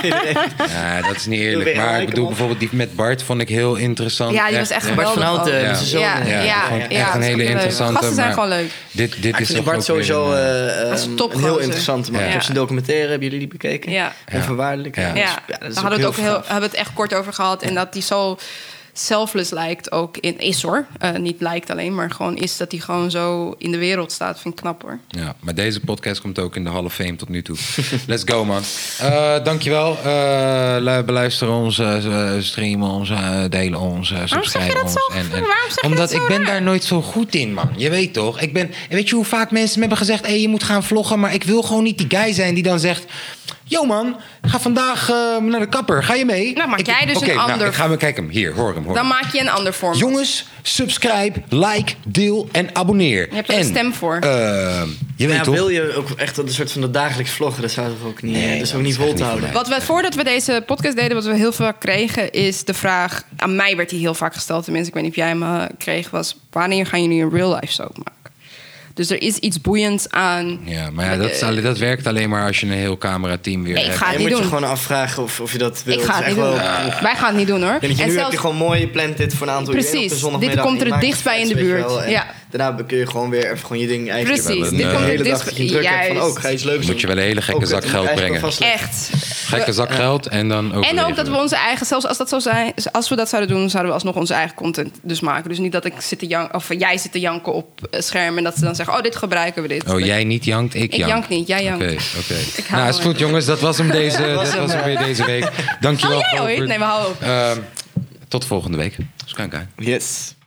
ja, dat is niet eerlijk. Maar ik bedoel bijvoorbeeld die met Bart vond ik heel interessant. Ja, die was echt geweldig. Bart van Houten, ja. zijn zoon. Ja, ja, ja, vond ja, echt een hele interessante. Gasten zijn gewoon leuk. Dit, dit ja, is ik Bart sowieso een, uh, um, een heel interessante man. Ja. Ik heb zijn documentaire, hebben jullie die bekeken? Ja. Onvoorwaardelijk. Ja. Ja. Ja, daar hadden we het ook heel, hebben het echt kort over gehad. En dat die zo... selfless lijkt ook in is hoor. Uh, niet lijkt alleen, maar gewoon is dat hij gewoon zo in de wereld staat. Vind ik knap hoor. Ja, maar deze podcast komt ook in de Hall of Fame tot nu toe. Let's go man. Uh, dankjewel. Uh, beluister ons, uh, streamen ons, uh, delen ons, uh, subscribe ons. Zo, en, en, omdat ik ben raar? daar nooit zo goed in man. Je weet toch? Ik ben, weet je hoe vaak mensen me hebben gezegd, hey, je moet gaan vloggen, maar ik wil gewoon niet die guy zijn die dan zegt, yo man, ga vandaag uh, naar de kapper. Ga je mee? Nou, maak ik, jij dus okay, een nou, ander... Ik ga me kijken. Hier, hoor hem. Hoor dan hem. maak je een ander vorm. Jongens, subscribe, like, deel en abonneer. Je hebt er een stem voor. Uh, je weet ja, toch? wil je ook echt een soort van de dagelijks vloggen? Dat zou toch ook niet, nee, dat is ook niet vol te houden. Wat we, voordat we deze podcast deden, wat we heel vaak kregen, is de vraag... Aan mij werd die heel vaak gesteld. Tenminste, ik weet niet of jij hem uh, kreeg. Was, wanneer gaan jullie een real life soap maken? Dus er is iets boeiends aan... Ja, maar ja, dat, is alleen, dat werkt alleen maar als je een heel camerateam weer nee, hebt. Ik ga het je niet moet doen. je gewoon afvragen of, of je dat wil. Ik ga het, het niet doen. Ja. Wij gaan het niet doen, hoor. En, en nu zelfs... heb je gewoon mooi gepland dit voor een aantal uur. Precies, dit komt er het dichtst bij in de buurt. Wel, ja. daarna kun je gewoon weer even gewoon je ding eigenlijk... Precies. Wel een, Dit eh, komt de er hele dit dag dat je druk hebt van, juist. ook, ga je iets leuks Moet je wel een hele gekke Ook zak het geld eigenlijk brengen. vastleggen. Echt. Gekke zak geld en dan En overleven ook dat we onze eigen, zelfs als dat zou zijn, als we dat zouden doen, zouden we alsnog onze eigen content dus maken. Dus niet dat ik zit te janken, of jij zit te janken op uh, scherm en dat ze dan zeggen, oh, dit gebruiken we dit. Oh, jij niet jankt, ik Ik jank. jank niet, jij jankt. Oké, oké. Ik hou Nou, is hem. goed jongens, dat was hem deze, was dit hem, was hem ja. weer deze week. Dankjewel. Oh, jij ooit? Govert. Nee, we houden op. Ehm, tot volgende week. Skanka. Yes.